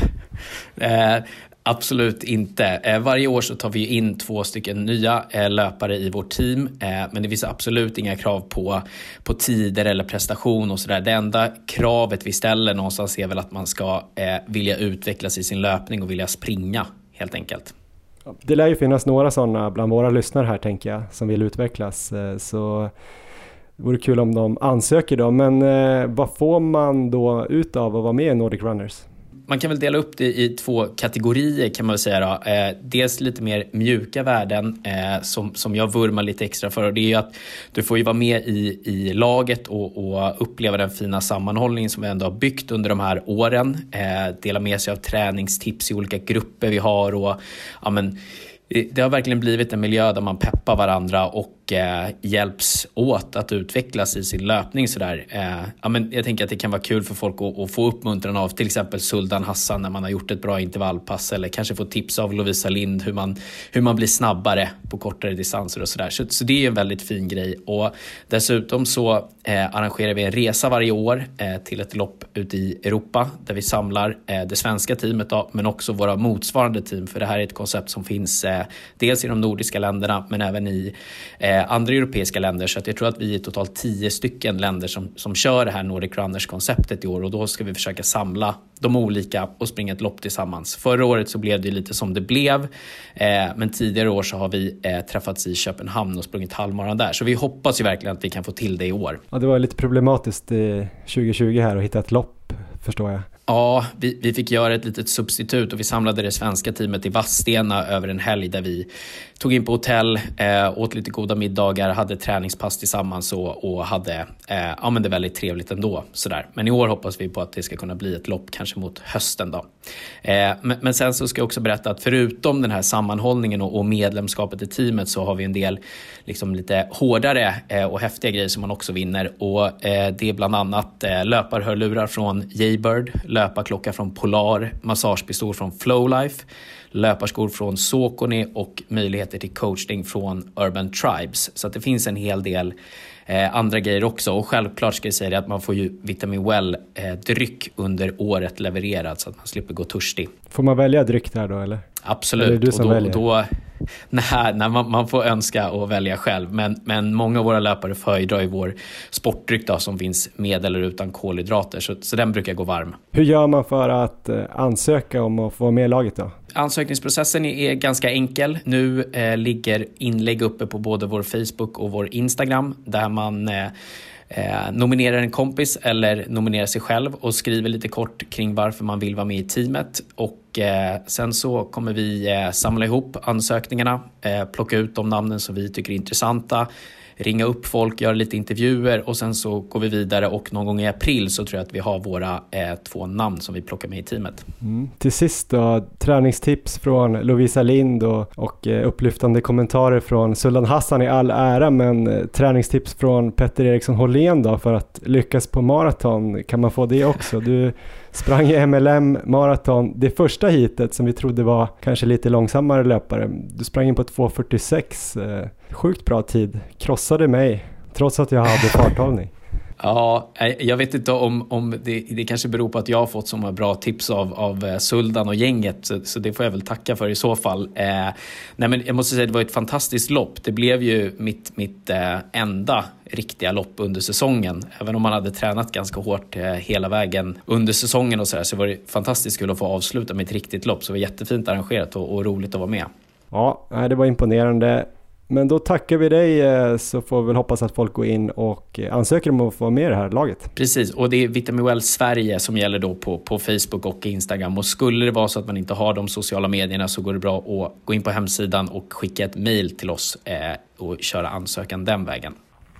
här? eh, Absolut inte. Eh, varje år så tar vi in två stycken nya eh, löpare i vårt team. Eh, men det finns absolut inga krav på, på tider eller prestation och sådär. Det enda kravet vi ställer någonstans är väl att man ska eh, vilja utvecklas i sin löpning och vilja springa helt enkelt. Det lär ju finnas några sådana bland våra lyssnare här tänker jag som vill utvecklas. Eh, så det vore kul om de ansöker då. Men eh, vad får man då ut av att vara med i Nordic Runners? Man kan väl dela upp det i två kategorier kan man väl säga då. Eh, dels lite mer mjuka värden eh, som, som jag vurmar lite extra för. Och det är ju att du får ju vara med i, i laget och, och uppleva den fina sammanhållningen som vi ändå har byggt under de här åren. Eh, dela med sig av träningstips i olika grupper vi har och ja men det har verkligen blivit en miljö där man peppar varandra och eh, hjälps åt att utvecklas i sin löpning. Sådär. Eh, ja, men jag tänker att det kan vara kul för folk att, att få uppmuntran av till exempel Suldan Hassan när man har gjort ett bra intervallpass eller kanske få tips av Lovisa Lind hur man, hur man blir snabbare på kortare distanser och sådär. Så, så det är en väldigt fin grej. Och dessutom så eh, arrangerar vi en resa varje år eh, till ett lopp ute i Europa där vi samlar eh, det svenska teamet då, men också våra motsvarande team, för det här är ett koncept som finns eh, dels i de nordiska länderna men även i eh, andra europeiska länder. Så att jag tror att vi är totalt tio stycken länder som, som kör det här Nordic Runners-konceptet i år, och då ska vi försöka samla de olika och springa ett lopp tillsammans. Förra året så blev det lite som det blev, eh, men tidigare år så har vi eh, träffats i Köpenhamn och sprungit halvmaran där. Så vi hoppas ju verkligen att vi kan få till det i år. Ja, det var lite problematiskt i tjugo tjugo här att hitta ett lopp, förstår jag. Ja, vi, vi fick göra ett litet substitut och vi samlade det svenska teamet i Vadstena över en helg där vi tog in på hotell, eh, åt lite goda middagar, hade träningspass tillsammans och, och hade eh, ja, men det väldigt trevligt ändå. Sådär. Men i år hoppas vi på att det ska kunna bli ett lopp kanske mot hösten då. Eh, men, men sen så ska jag också berätta att förutom den här sammanhållningen och, och medlemskapet i teamet så har vi en del liksom lite hårdare eh, och häftiga grejer som man också vinner. Och eh, det är bland annat eh, löparhörlurar från Jaybird, löparklocka från Polar, massagepistol från Flowlife, löparskor från Saucony och möjligheter till coaching från Urban Tribes. Så att det finns en hel del eh, andra grejer också. Och självklart ska jag säga det att man får ju Vitamin Well eh, dryck under året levererad så att man slipper gå törstig. Får man välja dryck där då eller? Absolut. Eller är det du som och då, väljer? då, nej, nej man, man får önska och välja själv. Men, men många av våra löpare föredrar ju vår sportdryck då, som finns med eller utan kolhydrater. Så, så den brukar gå varm. Hur gör man för att eh, ansöka om att få vara med i laget då? Ansökningsprocessen är ganska enkel. Nu eh, ligger inlägg uppe på både vår Facebook och vår Instagram där man eh, eh, nominerar en kompis eller nominerar sig själv och skriver lite kort kring varför man vill vara med i teamet. Och eh, sen så kommer vi eh, samla ihop ansökningarna, eh, plocka ut de namnen som vi tycker är intressanta, ringa upp folk, göra lite intervjuer och sen så går vi vidare och någon gång i april så tror jag att vi har våra eh, två namn som vi plockar med i teamet. Mm. Till sist då, träningstips från Lovisa Lind och, och eh, upplyftande kommentarer från Suldan Hassan i all ära, men eh, träningstips från Petter Eriksson Hållén då för att lyckas på maraton, kan man få det också? Du sprang i M L M maraton, det första hitet som vi trodde var kanske lite långsammare löpare. Du sprang in på två fyrtiosex, eh, sjukt bra tid, krossade mig trots att jag hade farthållning. Ja, jag vet inte om, om det, det kanske beror på att jag har fått så bra tips av, av Suldan och gänget, så, så det får jag väl tacka för i så fall. Eh, nej men jag måste säga att det var ett fantastiskt lopp. Det blev ju mitt, mitt eh, enda riktiga lopp under säsongen. Även om man hade tränat ganska hårt eh, hela vägen under säsongen och så där, så var det fantastiskt kul att få avsluta med ett riktigt lopp. Så det var jättefint arrangerat och, och roligt att vara med. Ja, det var imponerande. Men då tackar vi dig, så får vi väl hoppas att folk går in och ansöker om att få vara med i det här laget. Precis, och det är Vitamin Well Sverige som gäller då på, på Facebook och Instagram. Och skulle det vara så att man inte har de sociala medierna så går det bra att gå in på hemsidan och skicka ett mejl till oss eh, och köra ansökan den vägen.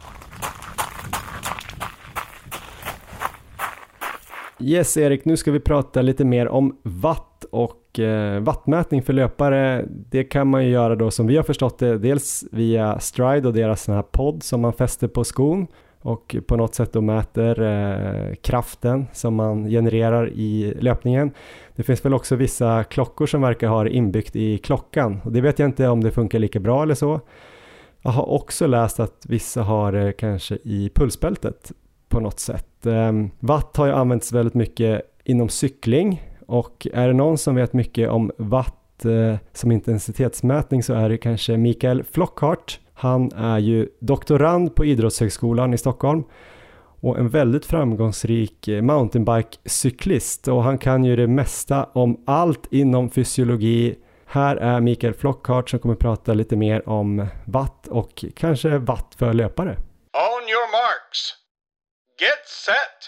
Yes, Erik, nu ska vi prata lite mer om watt och eh, wattmätning för löpare. Det kan man ju göra då, som vi har förstått det, dels via Stride och deras sån här podd som man fäster på skon och på något sätt då mäter eh, kraften som man genererar i löpningen. Det finns väl också vissa klockor som verkar ha det inbyggt i klockan, och det vet jag inte om det funkar lika bra eller så. Jag har också läst att vissa har det kanske i pulsbältet på något sätt. Watt har ju använts väldigt mycket inom cykling, och är det någon som vet mycket om watt eh, som intensitetsmätning så är det kanske Mikael Flockhart. Han är ju doktorand på Idrottshögskolan i Stockholm och en väldigt framgångsrik mountainbike-cyklist, och han kan ju det mesta om allt inom fysiologi. Här är Mikael Flockhart som kommer prata lite mer om watt och kanske watt för löpare. On your marks. Get set!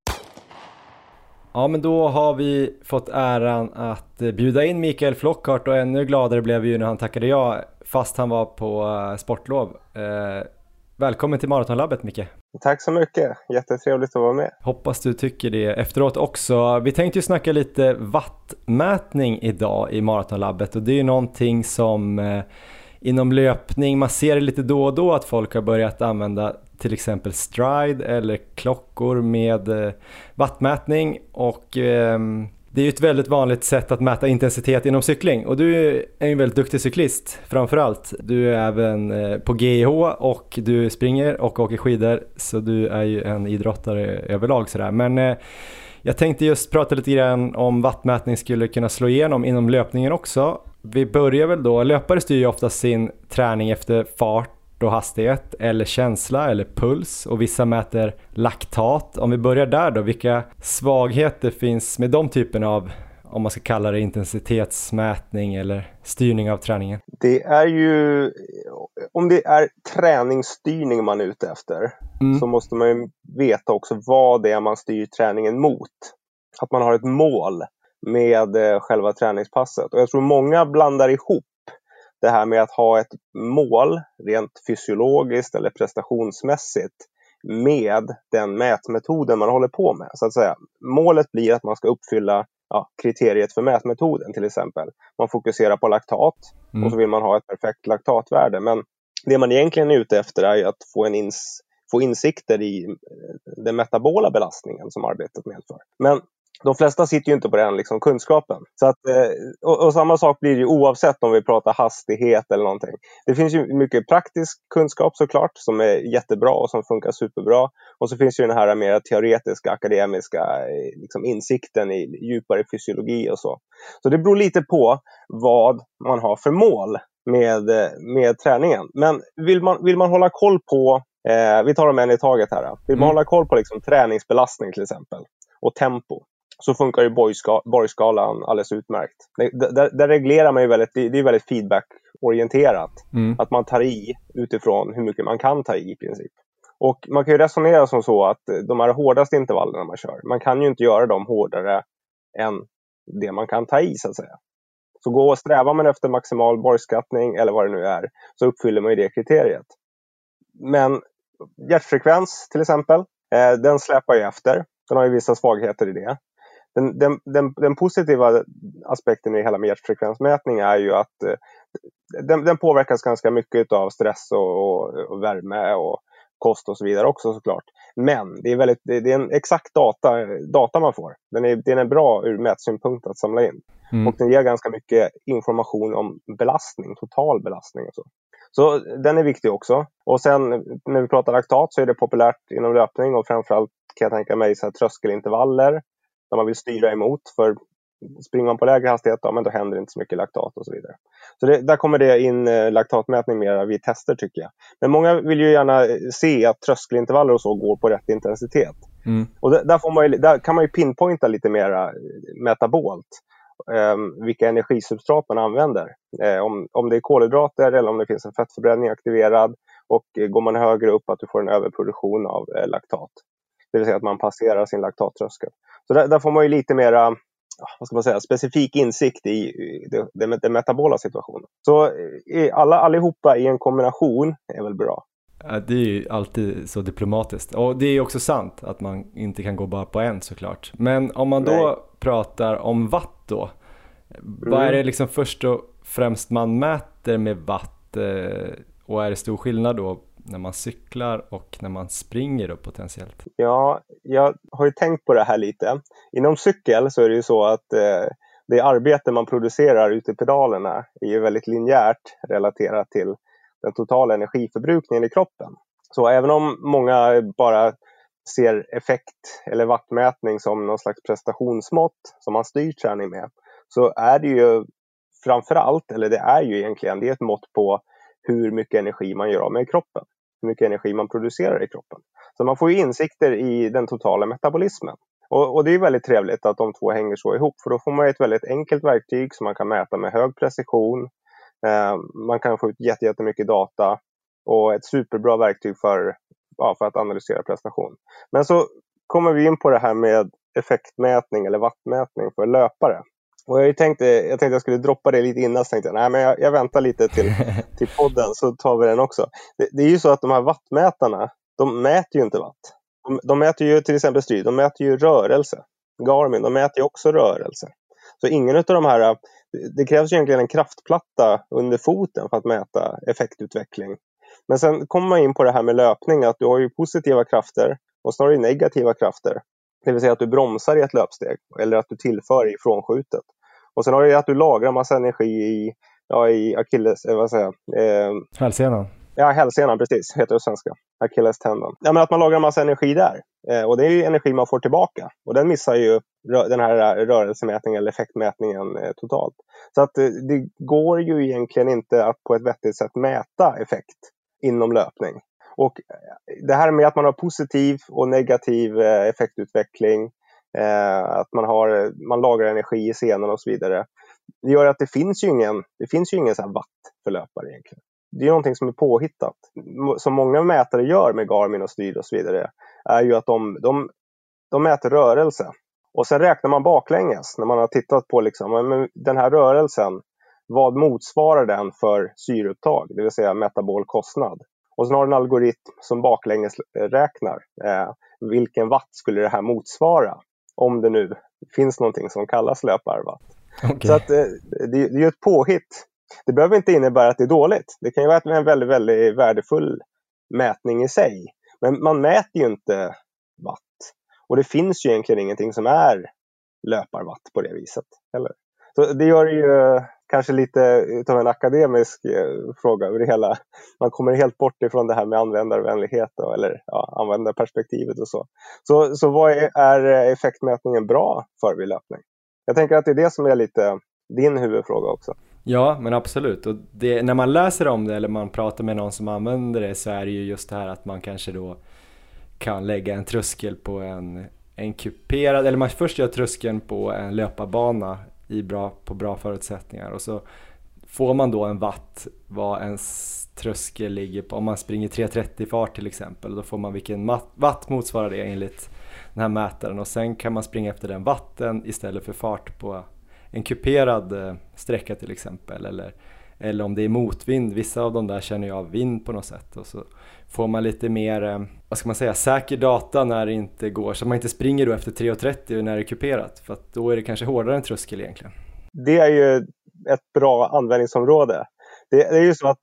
Ja, men då har vi fått äran att bjuda in Mikael Flockhart, och ännu gladare blev vi ju när han tackade ja, fast han var på sportlov. Eh, välkommen till Maratonlabbet, Micke. Tack så mycket, jättetrevligt att vara med. Hoppas du tycker det efteråt också. Vi tänkte ju snacka lite wattmätning idag i Maratonlabbet, och det är ju någonting som eh, inom löpning, man ser det lite då och då att folk har börjat använda till exempel Stride eller klockor med eh, wattmätning, och eh, det är ju ett väldigt vanligt sätt att mäta intensitet inom cykling, och du är en väldigt duktig cyklist framförallt. Du är även eh, på G I H och du springer och åker skidor, så du är ju en idrottare överlag sådär. Men eh, jag tänkte just prata lite grann om wattmätning skulle kunna slå igenom inom löpningen också. Vi börjar väl då, löpare styr ju ofta sin träning efter fart och hastighet eller känsla eller puls, och vissa mäter laktat. Om vi börjar där då, vilka svagheter finns med de typerna av, om man ska kalla det intensitetsmätning eller styrning av träningen? Det är ju, om det är träningsstyrning man är ute efter, mm. så måste man ju veta också vad det är man styr träningen mot. Att man har ett mål med själva träningspasset. Och jag tror många blandar ihop det här med att ha ett mål rent fysiologiskt eller prestationsmässigt med den mätmetoden man håller på med. Så att säga, målet blir att man ska uppfylla ja, kriteriet för mätmetoden till exempel. Man fokuserar på laktat mm. och så vill man ha ett perfekt laktatvärde. Men det man egentligen är ute efter är att få, en ins- få insikter i den metabola belastningen som arbetet medför. Men de flesta sitter ju inte på den liksom, kunskapen. Så att, och, och samma sak blir det oavsett om vi pratar hastighet eller någonting. Det finns ju mycket praktisk kunskap såklart som är jättebra och som funkar superbra. Och så finns ju den här mer teoretiska, akademiska liksom, insikten i djupare fysiologi och så. Så det beror lite på vad man har för mål med, med träningen. Men vill man, vill man hålla koll på, eh, vi tar dem en i taget här. Då. Vill man mm. hålla koll på liksom, träningsbelastning till exempel och tempo, så funkar ju Borg-skalan alldeles utmärkt. Där, där reglerar man ju väldigt, det är väldigt feedback-orienterat. Mm. Att man tar i utifrån hur mycket man kan ta i i princip. Och man kan ju resonera som så att de här hårdaste intervallerna man kör, man kan ju inte göra dem hårdare än det man kan ta i så att säga. Så gå och strävar man efter maximal Borg-skattning eller vad det nu är, så uppfyller man ju det kriteriet. Men hjärtfrekvens till exempel, eh, den släpar ju efter. Den har ju vissa svagheter i det. Den, den, den, den positiva aspekten i hela med hjärtfrekvensmätning är ju att eh, den, den påverkas ganska mycket av stress och, och, och värme och kost och så vidare också såklart. Men det är, väldigt, det, det är en exakt data, data man får. Den är, den är bra ur mätsynpunkt att samla in. Mm. Och den ger ganska mycket information om belastning, total belastning och så. Så den är viktig också. Och sen när vi pratar laktat så är det populärt inom löpning och framförallt kan jag tänka mig så här tröskelintervaller där man vill styra emot, för springer man på lägre hastighet då, men då händer inte så mycket laktat och så vidare. Så det, där kommer det in eh, laktatmätning mer vid tester tycker jag. Men många vill ju gärna se att tröskelintervaller och så går på rätt intensitet. Mm. Och där, där, får man ju, där kan man ju pinpointa lite mer metabolt. eh, vilka energisubstrat man använder. Eh, om, om det är kolhydrater eller om det finns en fettförbränning aktiverad, och eh, går man högre upp att du får en överproduktion av eh, laktat. Det vill säga att man passerar sin laktattröskel. Så där, där får man ju lite mera, vad ska man säga, specifik insikt i det, det, det metabola situationen. Så i alla, allihopa i en kombination är väl bra. Det är ju alltid så diplomatiskt. Och det är också sant att man inte kan gå bara på en såklart. Men om man då Nej. pratar om watt då. Mm. Vad är det liksom först och främst man mäter med watt? Och är det stor skillnad då när man cyklar och när man springer då potentiellt? Ja, jag har ju tänkt på det här lite. Inom cykel så är det ju så att eh, det arbete man producerar ute i pedalerna är ju väldigt linjärt relaterat till den totala energiförbrukningen i kroppen. Så även om många bara ser effekt eller wattmätning som någon slags prestationsmått som man styr träning med, så är det ju framförallt, eller det är ju egentligen, det är ett mått på hur mycket energi man gör av med i kroppen. Hur mycket energi man producerar i kroppen. Så man får ju insikter i den totala metabolismen. Och, och det är väldigt trevligt att de två hänger så ihop. För då får man ett väldigt enkelt verktyg som man kan mäta med hög precision. Eh, man kan få ut jätte, jättemycket data. Och ett superbra verktyg för, ja, för att analysera prestation. Men så kommer vi in på det här med effektmätning eller wattmätning för löpare. Och jag tänkte, jag tänkte jag skulle droppa det lite innan, så tänkte jag, nej men jag, jag väntar lite till, till podden så tar vi den också. Det, det är ju så att de här wattmätarna, de mäter ju inte watt. De, de mäter ju till exempel strid, de mäter ju rörelse. Garmin, de mäter ju också rörelse. Så ingen av de här, det krävs ju egentligen en kraftplatta under foten för att mäta effektutveckling. Men sen kommer man in på det här med löpning, att du har ju positiva krafter och snarare negativa krafter. Det vill säga att du bromsar i ett löpsteg eller att du tillför i frånskjutet. Och sen har du att du lagrar massa energi i, ja, i Achilles, eh, vad säger jag? Eh, hälsenan. Ja, hälsenan, precis, heter det svenska. Achilles tendon. Ja, men att man lagrar massa energi där. Eh, och det är ju energi man får tillbaka. Och den missar ju rö- den här rörelsemätningen eller effektmätningen eh, totalt. Så att eh, det går ju egentligen inte att på ett vettigt sätt mäta effekt inom löpning. Och det här med att man har positiv och negativ eh, effektutveckling, eh, att man, har, man lagrar energi i senen och så vidare. Det gör att det finns ju ingen, det finns ju ingen så här watt för löpare egentligen. Det är någonting som är påhittat. Som många mätare gör med Garmin och Stryd och så vidare, är ju att de, de, de mäter rörelse. Och sen räknar man baklänges när man har tittat på liksom, men den här rörelsen, vad motsvarar den för syreupptag, det vill säga metabolkostnad. Och sen har den en algoritm som baklänges räknar eh, vilken watt skulle det här motsvara, om det nu finns någonting som kallas löparwatt. Okay. Så att, eh, det, det är ju ett påhitt. Det behöver inte innebära att det är dåligt. Det kan ju vara en väldigt, väldigt värdefull mätning i sig. Men man mäter ju inte watt. Och det finns ju egentligen ingenting som är löparwatt på det viset. Eller? Så det gör ju kanske lite av en akademisk eh, fråga över det hela. Man kommer helt bort ifrån det här med användarvänlighet då, eller ja, användarperspektivet och så. Så, så vad är, är effektmätningen bra för vid löpning? Jag tänker att det är det som är lite din huvudfråga också. Ja, men absolut. Och det, när man läser om det eller man pratar med någon som använder det, så är det ju just det här att man kanske då kan lägga en tröskel på en, en kuperad, eller man först gör tröskeln på en löparbana i bra, på bra förutsättningar, och så får man då en watt vad ens tröskel ligger på. Om man springer tre trettio fart till exempel, då får man vilken watt motsvarar det enligt den här mätaren, och sen kan man springa efter den watten istället för fart på en kuperad sträcka till exempel, eller, eller om det är motvind. Vissa av de där känner ju av vind på något sätt, och så får man lite mer, vad ska man säga, säker data när det inte går, så man inte springer då efter tre trettio när det är kuperat, för att då är det kanske hårdare än tröskel egentligen. Det är ju ett bra användningsområde. Det är ju så att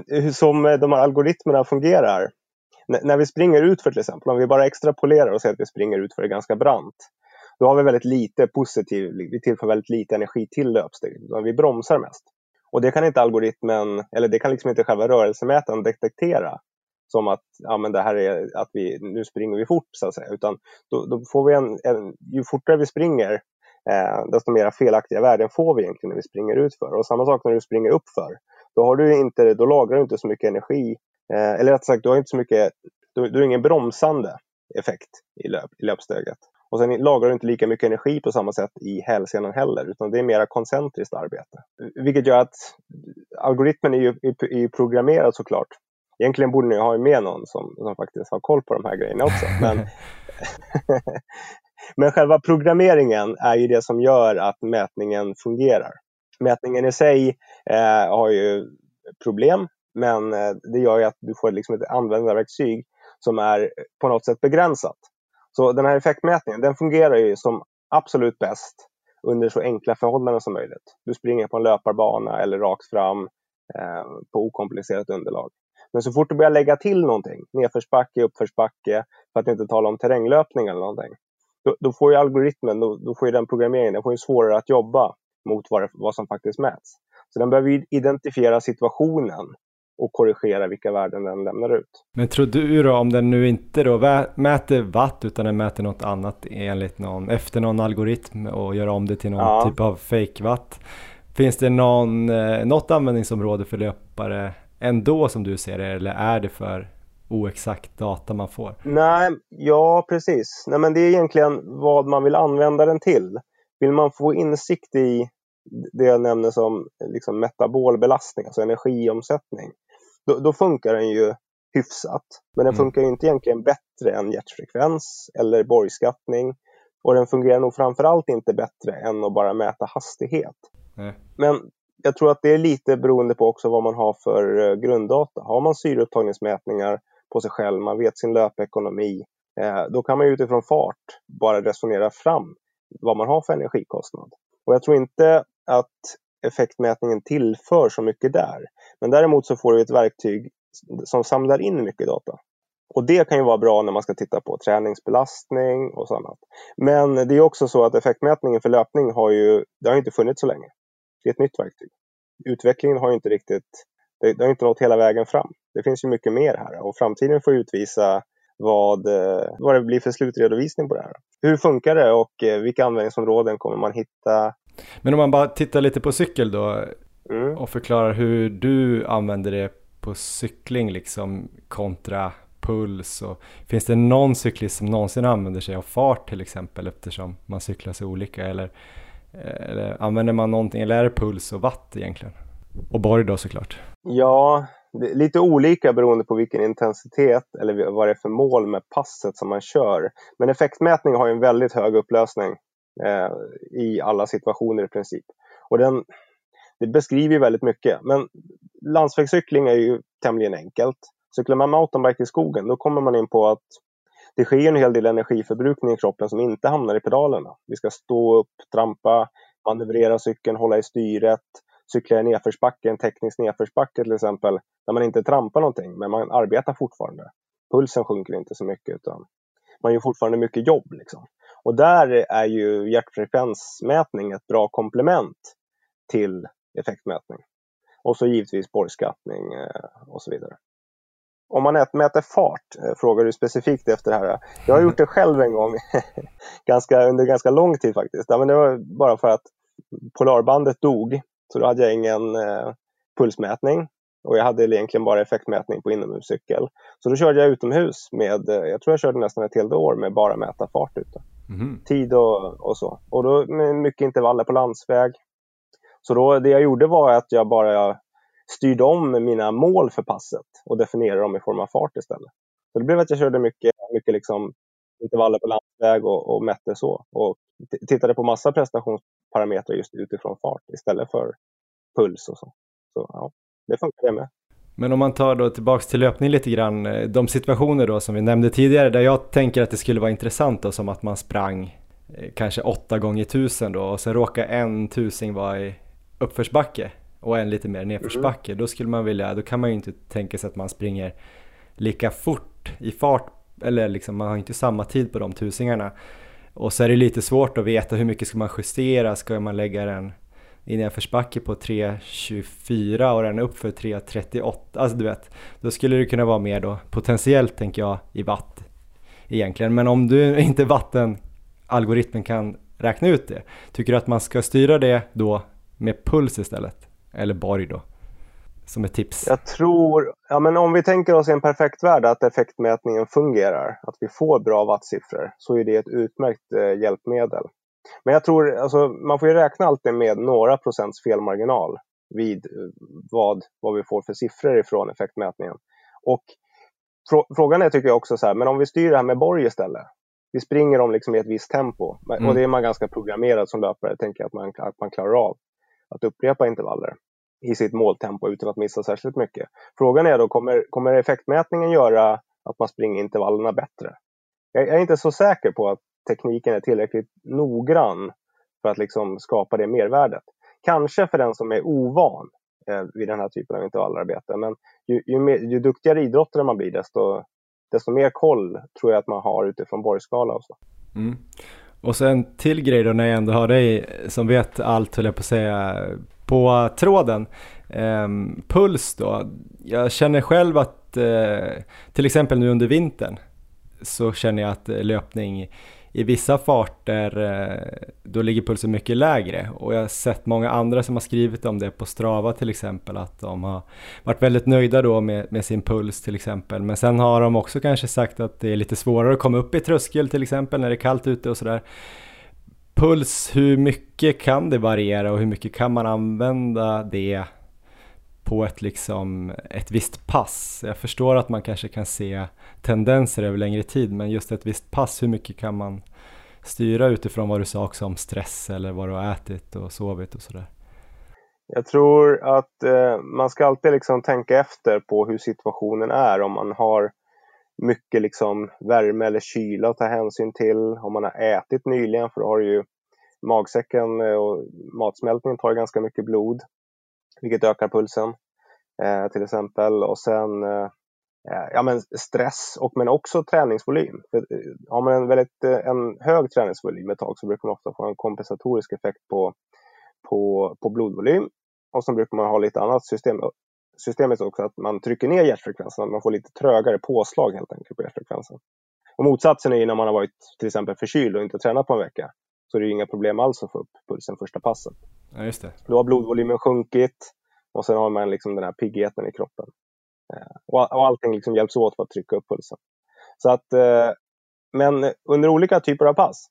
som de här algoritmerna fungerar, när vi springer ut för till exempel, om vi bara extrapolerar och säger att vi springer ut för det ganska brant, då har vi väldigt lite positiv, vi tillför väldigt lite energi till löpsteget, utan vi bromsar mest. Och det kan inte algoritmen, eller det kan liksom inte själva rörelsemätaren detektera som att, ja, men det här är att vi, nu springer vi fort så att säga, utan då, då får vi en, en, ju fortare vi springer, eh, desto mer felaktiga värden får vi egentligen när vi springer ut för. Och samma sak när du springer upp för, då har du inte, då lagrar du inte så mycket energi, eh, eller rätt sagt, du har inte så mycket, du, du har ingen bromsande effekt i, löp, i löpsteget. Och sen lagrar du inte lika mycket energi på samma sätt i hälsenan heller, utan det är mera koncentriskt arbete. Vilket gör att algoritmen är ju, är ju programmerad såklart. Egentligen borde ni ha med någon som, som faktiskt har koll på de här grejerna också. Men, men själva programmeringen är ju det som gör att mätningen fungerar. Mätningen i sig eh, har ju problem, men eh, det gör ju att du får liksom ett användarverktyg som är på något sätt begränsat. Så den här effektmätningen, den fungerar ju som absolut bäst under så enkla förhållanden som möjligt. Du springer på en löparbana eller rakt fram eh, på okomplicerat underlag. Men så fort du börjar lägga till någonting, nedförsbacke, uppförsbacke, för att inte tala om terränglöpning eller någonting, då, då får ju algoritmen, då, då får ju den programmeringen, den får ju svårare att jobba mot vad, vad som faktiskt mäts. Så den behöver ju identifiera situationen och korrigera vilka värden den lämnar ut. Men tror du då, om den nu inte då mäter watt utan den mäter något annat enligt någon, efter någon algoritm och gör om det till någon ja. typ av fake watt, finns det någon, något användningsområde för löpare ändå som du ser det, eller är det för oexakt data man får? Nej, ja precis. Nej, men det är egentligen vad man vill använda den till. Vill man få insikt i det jag nämner som liksom metabolbelastning, alltså energiomsättning, då, då funkar den ju hyfsat. Men den mm. funkar ju inte egentligen bättre än hjärtfrekvens eller borgskattning. Och den fungerar nog framförallt inte bättre än att bara mäta hastighet. Mm. Men jag tror att det är lite beroende på också vad man har för grunddata. Har man syreupptagningsmätningar på sig själv, man vet sin löpekonomi, eh, då kan man ju utifrån fart bara resonera fram vad man har för energikostnad. Och jag tror inte att effektmätningen tillför så mycket där. Men däremot så får du ett verktyg som samlar in mycket data. Och det kan ju vara bra när man ska titta på träningsbelastning och sånt. Men det är också så att effektmätningen för löpning har ju, det har inte funnits så länge. Det är ett nytt verktyg. Utvecklingen har ju inte riktigt, det, det har inte nått hela vägen fram. Det finns ju mycket mer här och framtiden får utvisa vad, vad det blir för slutredovisning på det här. Hur funkar det och vilka användningsområden kommer man hitta? Men om man bara tittar lite på cykel då mm. och förklarar hur du använder det på cykling liksom kontra puls, och finns det någon cyklist som någonsin använder sig av fart till exempel eftersom man cyklar så olika, eller, eller använder man någonting, eller är det puls och watt egentligen? Och borg då såklart. Ja, det är lite olika beroende på vilken intensitet eller vad det är för mål med passet som man kör. Men effektmätning har ju en väldigt hög upplösning eh, i alla situationer i princip. Och den, det beskriver ju väldigt mycket. Men landsvägscykling är ju tämligen enkelt. Cyklar man mountainbike i skogen, då kommer man in på att det sker en hel del energiförbrukning i kroppen som inte hamnar i pedalerna. Vi ska stå upp, trampa, manövrera cykeln, hålla i styret, cykla i nedförsbacke, en teknisk nedförsbacke till exempel, där man inte trampar någonting, men man arbetar fortfarande. Pulsen sjunker inte så mycket, utan man gör fortfarande mycket jobb. Liksom. Och där är ju hjärtfrekvensmätning ett bra komplement till effektmätning. Och så givetvis borgskattning och så vidare. Om man mäter fart, frågar du specifikt efter det här. Jag har gjort det själv en gång, ganska, under ganska lång tid faktiskt. Ja, men det var bara för att polarbandet dog, så då hade jag ingen eh, pulsmätning. Och jag hade egentligen bara effektmätning på inomhuscykel. Så då körde jag utomhus med, eh, jag tror jag körde nästan ett helt år med bara mäta fart ute. Mm. Tid och, och så. Och då med mycket intervaller på landsväg. Så då, det jag gjorde var att jag bara styrde om mina mål för passet och definierade dem i form av fart istället. Så det blev att jag körde mycket, mycket liksom intervaller på landsväg och, och mätte så. Och t- tittade på massa prestationsparametrar just utifrån fart istället för puls och så. Så ja, det funkar det med. Men om man tar då tillbaks till löpning lite grann, de situationer då som vi nämnde tidigare där jag tänker att det skulle vara intressant då, som att man sprang kanske åtta gånger tusen då och så råkar en tusing vara i uppförsbacke och en lite mer nedförsbacke, mm. då skulle man vilja, då kan man ju inte tänka sig att man springer lika fort i fart, eller liksom man har inte samma tid på de tusingarna. Och så är det lite svårt att veta hur mycket ska man justera, ska man lägga den i nedförsbacke på tre tjugofyra och den upp för tre trettioåtta, alltså du vet, då skulle det kunna vara mer då potentiellt tänker jag i watt egentligen, men om du inte vatten algoritmen kan räkna ut det, tycker du att man ska styra det då med puls istället? Eller borg då? som ett tips? Jag tror, ja men om vi tänker oss i en perfekt värld att effektmätningen fungerar, att vi får bra wattsiffror, så är det ett utmärkt eh, hjälpmedel. Men jag tror, alltså, man får ju räkna alltid med några procents felmarginal vid vad, vad vi får för siffror ifrån effektmätningen. Och frå- frågan är, tycker jag också så här, men om vi styr det här med borg istället. Vi springer dem liksom i ett visst tempo. Mm. Och det är man ganska programmerad som löpare, tänker jag, att man, att man klarar av att upprepa intervaller i sitt måltempo utan att missa särskilt mycket. Frågan är då, kommer, kommer effektmätningen göra att man springer intervallerna bättre? Jag är inte så säker på att tekniken är tillräckligt noggrann för att liksom skapa det mervärdet. Kanske för den som är ovan eh, vid den här typen av intervallarbete. Men ju, ju, mer, ju duktigare idrottare man blir, desto, desto mer koll tror jag att man har utifrån borgskala och så. Mm. Och så en till grej då, när jag ändå har dig som vet allt, höll jag på att säga, på tråden. Ehm, puls då. Jag känner själv att eh, till exempel nu under vintern så känner jag att löpning i vissa farter, eh, då ligger pulsen mycket lägre. Och jag har sett många andra som har skrivit om det på Strava till exempel, att de har varit väldigt nöjda då med, med sin puls till exempel. Men sen har de också kanske sagt att det är lite svårare att komma upp i tröskel till exempel när det är kallt ute och sådär. Puls, hur mycket kan det variera och hur mycket kan man använda det på ett, liksom, ett visst pass? Jag förstår att man kanske kan se tendenser över längre tid, men just ett visst pass, hur mycket kan man styra utifrån vad du sa också om stress eller vad du har ätit och sovit och sådär? Jag tror att eh, man ska alltid liksom tänka efter på hur situationen är. Om man har mycket liksom värme eller kyla att ta hänsyn till. Om man har ätit nyligen, för då har ju magsäcken och matsmältningen tar ganska mycket blod, vilket ökar pulsen eh, till exempel. Och sen eh, ja, men stress och men också träningsvolym. För, eh, har man en väldigt eh, en hög träningsvolym ett tag, så brukar man ofta få en kompensatorisk effekt på, på, på blodvolym. Och så brukar man ha lite annat system. Systemet också att man trycker ner hjärtfrekvensen, man får lite trögare påslag helt enkelt på hjärtfrekvensen. Och motsatsen är ju när man har varit till exempel förkyld och inte tränat på en vecka, så är det ju inga problem alls att få upp pulsen första passet. Ja, just det. Då har blodvolymen sjunkit och sen har man liksom den här piggheten i kroppen. Eh, och, och allting liksom hjälps åt för att trycka upp pulsen. Så att, eh, men under olika typer av pass.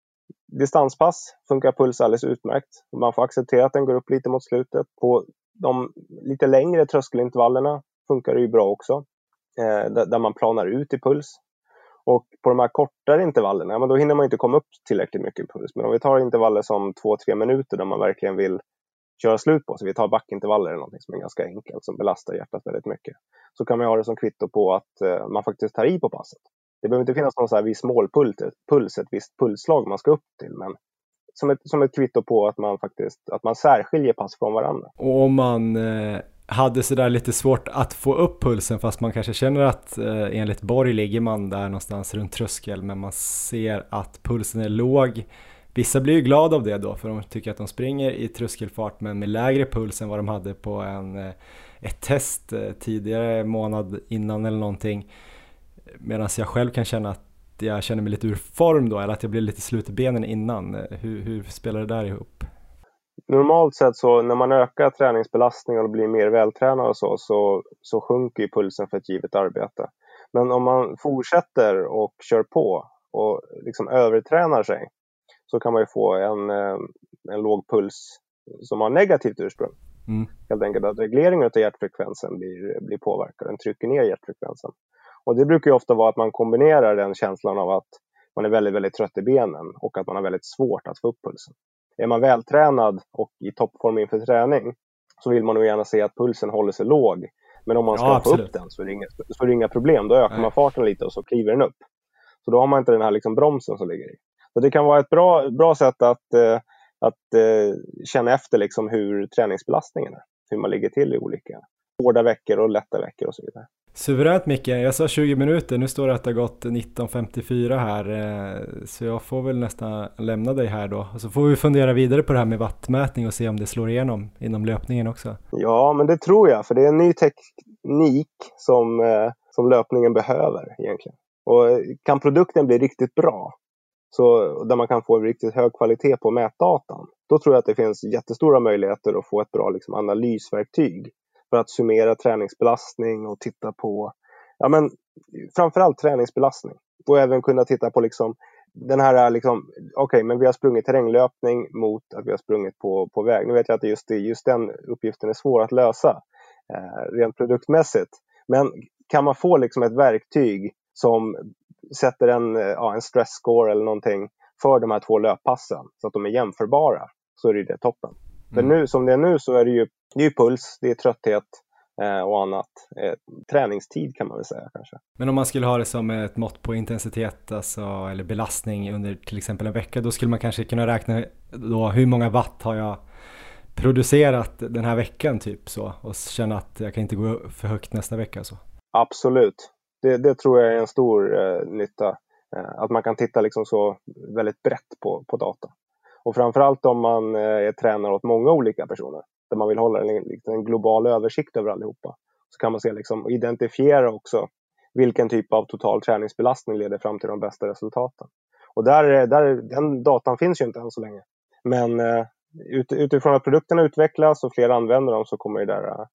Distanspass funkar puls alldeles utmärkt. Man får acceptera att den går upp lite mot slutet. På de lite längre tröskelintervallerna funkar det ju bra också. Eh, där, där man planar ut i puls. Och på de här kortare intervallerna, ja, men då hinner man inte komma upp tillräckligt mycket i puls. Men om vi tar intervaller som två tre minuter där man verkligen vill köra slut på, så vi tar backintervaller eller något som är ganska enkelt, som belastar hjärtat väldigt mycket, så kan man ha det som kvitto på att eh, man faktiskt tar i på passet. Det behöver inte finnas någon så här viss målpuls, puls, ett visst pulsslag man ska upp till, men som ett, som ett kvitto på att man faktiskt att man särskiljer pass från varandra. Och om man eh, hade sådär lite svårt att få upp pulsen, fast man kanske känner att eh, enligt Borg ligger man där någonstans runt tröskel, men man ser att pulsen är låg. Vissa blir ju glada av det då, för de tycker att de springer i tröskelfart men med lägre puls än vad de hade på en, ett test tidigare månad innan eller någonting. Medan jag själv kan känna att jag känner mig lite ur form då, eller att jag blir lite slut i benen innan. Hur, hur spelar det där ihop? Normalt sett så när man ökar träningsbelastningen och blir mer vältränad och så, så, så sjunker ju pulsen för ett givet arbete. Men om man fortsätter och kör på och liksom övertränar sig, så kan man ju få en, en låg puls som har negativt ursprung. Mm. Helt enkelt att regleringen av hjärtfrekvensen blir, blir påverkad. Den trycker ner hjärtfrekvensen. Och det brukar ju ofta vara att man kombinerar den känslan av att man är väldigt, väldigt trött i benen och att man har väldigt svårt att få upp pulsen. Är man vältränad och i toppform inför träning, så vill man nog gärna se att pulsen håller sig låg. Men om man ska ja, få upp den, så är, det inga, så är det inga problem. Då ökar Nej. man farten lite och så kliver den upp. Så då har man inte den här liksom bromsen som ligger i. Så det kan vara ett bra, bra sätt att, eh, att eh, känna efter liksom hur träningsbelastningen är. Hur man ligger till i olika hårda veckor och lätta veckor och så vidare. Suveränt Micke, jag sa tjugo minuter, nu står det att det har gått nitton femtiofyra här, eh, så jag får väl nästan lämna dig här då. Och så får vi fundera vidare på det här med wattmätning och se om det slår igenom inom löpningen också. Ja, men det tror jag, för det är en ny teknik som, eh, som löpningen behöver egentligen. Och kan produkten bli riktigt bra, så där man kan få en riktigt hög kvalitet på mätdatan, då tror jag att det finns jättestora möjligheter att få ett bra liksom, analysverktyg för att summera träningsbelastning och titta på, ja men framförallt träningsbelastning. Och även kunna titta på liksom den här, liksom, okej okay, men vi har sprungit terränglöpning mot att vi har sprungit på, på väg. Nu vet jag att just, just den uppgiften är svår att lösa eh, rent produktmässigt. Men kan man få liksom ett verktyg som sätter en, ja, en stress score eller någonting för de här två löppassen så att de är jämförbara, så är det, det toppen. Mm. För nu, som det är nu så är det ju, det är ju puls, det är trötthet eh, och annat. Eh, träningstid kan man väl säga kanske. Men om man skulle ha det som ett mått på intensitet alltså, eller belastning under till exempel en vecka, då skulle man kanske kunna räkna då hur många watt har jag producerat den här veckan typ så, och känna att jag kan inte gå för högt nästa vecka så. Absolut. Det, det tror jag är en stor eh, nytta. Eh, att man kan titta liksom så väldigt brett på, på data. Och framförallt om man eh, är tränare åt många olika personer. Där man vill hålla en, en global översikt över allihopa. Så kan man se liksom, och identifiera också vilken typ av total träningsbelastning leder fram till de bästa resultaten. Och där, där, den datan finns ju inte än så länge. Men eh, ut, utifrån att produkterna utvecklas och fler använder dem så kommer det där... Eh,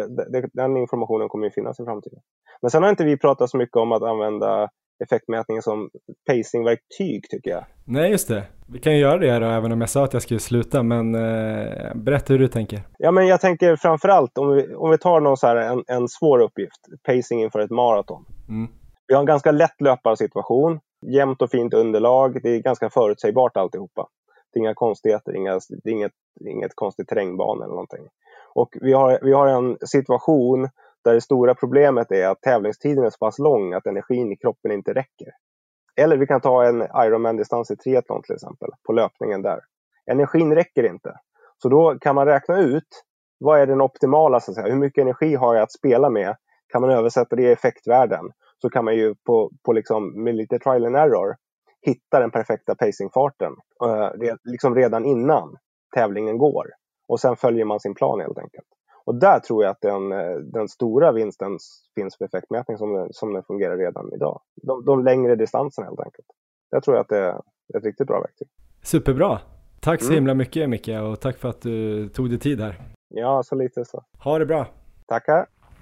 den informationen kommer ju finnas i framtiden. Men sen har inte vi pratat så mycket om att använda effektmätningen som pacingverktyg tycker jag. Nej just det, vi kan ju göra det då även om jag sa att jag skulle sluta, men eh, berätta hur du tänker. Ja men jag tänker framförallt om vi, om vi tar någon så här, en, en svår uppgift, pacing inför ett maraton. Mm. Vi har en ganska lätt löparsituation, jämnt och fint underlag, det är ganska förutsägbart alltihopa. Det är inga konstigheter, inga, det är inget, inget konstigt terrängbana eller någonting. Och vi har, vi har en situation där det stora problemet är att tävlingstiden är så pass lång att energin i kroppen inte räcker. Eller vi kan ta en Ironman-distans i triathlon till exempel, på löpningen där. Energin räcker inte. Så då kan man räkna ut vad är den optimala, så att säga. Hur mycket energi har jag att spela med? Kan man översätta det i effektvärden så kan man ju på, på liksom, med lite trial and error hitta den perfekta pacingfarten uh, liksom redan innan tävlingen går. Och sen följer man sin plan helt enkelt. Och där tror jag att den, den stora vinsten finns för effektmätning som, som den fungerar redan idag. De, de längre distanserna helt enkelt. Jag tror att det är ett riktigt bra verktyg. Superbra. Tack så mm. himla mycket Micke och tack för att du tog dig tid här. Ja, så lite så. Ha det bra. Tackar.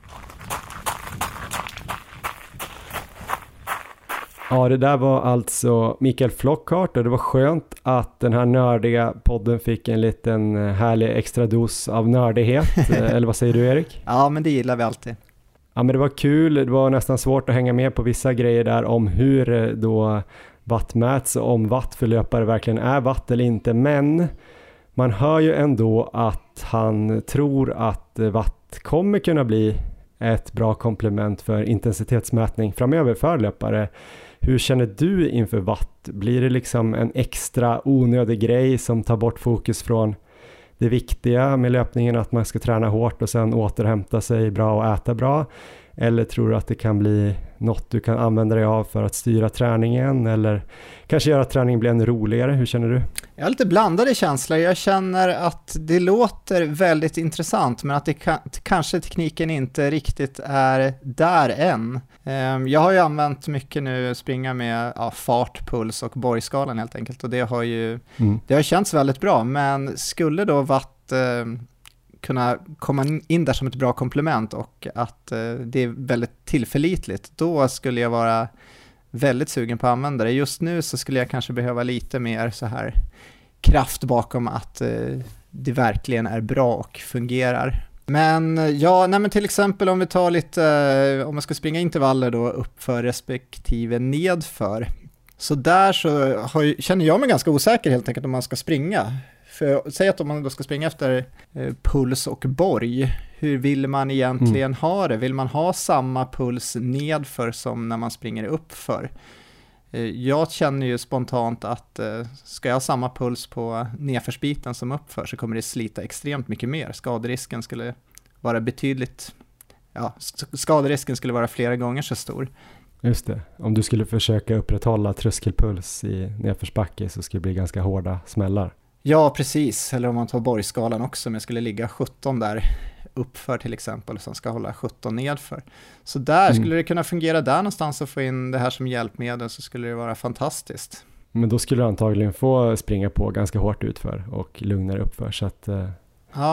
Ja, det där var alltså Mikael Flockhart och det var skönt att den här nördiga podden fick en liten härlig extra dos av nördighet. Eller vad säger du Erik? Ja, men det gillar vi alltid. Ja, men det var kul. Det var nästan svårt att hänga med på vissa grejer där om hur då watt mäts och om watt för löpare verkligen är watt eller inte. Men man hör ju ändå att han tror att watt kommer kunna bli ett bra komplement för intensitetsmätning framöver för löpare. Hur känner du inför watt? Blir det liksom en extra onödig grej som tar bort fokus från det viktiga med löpningen, att man ska träna hårt och sen återhämta sig bra och äta bra? Eller tror du att det kan bli något du kan använda dig av för att styra träningen eller kanske göra träningen bli ännu roligare? Hur känner du? Jag har lite blandade känslor. Jag känner att det låter väldigt intressant men att det kan, kanske tekniken inte riktigt är där än. Jag har ju använt mycket nu springa med ja, fart, puls och borgskalan helt enkelt och det har ju mm. det har känts väldigt bra, men skulle då watt eh, kunna komma in där som ett bra komplement och att eh, det är väldigt tillförlitligt, då skulle jag vara väldigt sugen på att använda det. Just nu så skulle jag kanske behöva lite mer så här kraft bakom att eh, det verkligen är bra och fungerar. Men ja, nej men till exempel om vi tar lite, eh, om man ska springa intervaller då uppför respektive nedför. Så där så har, känner jag mig ganska osäker helt enkelt om man ska springa. För säg att om man då ska springa efter eh, puls och borg, hur vill man egentligen mm. ha det? Vill man ha samma puls nedför som när man springer uppför? Eh, jag känner ju spontant att eh, ska jag ha samma puls på nedförsbiten som uppför så kommer det slita extremt mycket mer. Skaderisken skulle vara betydligt, ja, skaderisken skulle vara flera gånger så stor. Just det, om du skulle försöka upprätthålla tröskelpuls i nedförsbacke så skulle det bli ganska hårda smällar. Ja, precis. Eller om man tar borgskalan också, om jag skulle ligga sjutton där uppför till exempel, som ska hålla sjutton nedför. Så där mm. skulle det kunna fungera där någonstans och få in det här som hjälpmedel, så skulle det vara fantastiskt. Men då skulle du antagligen få springa på ganska hårt utför och lugnare uppför. Så att, eh, ja.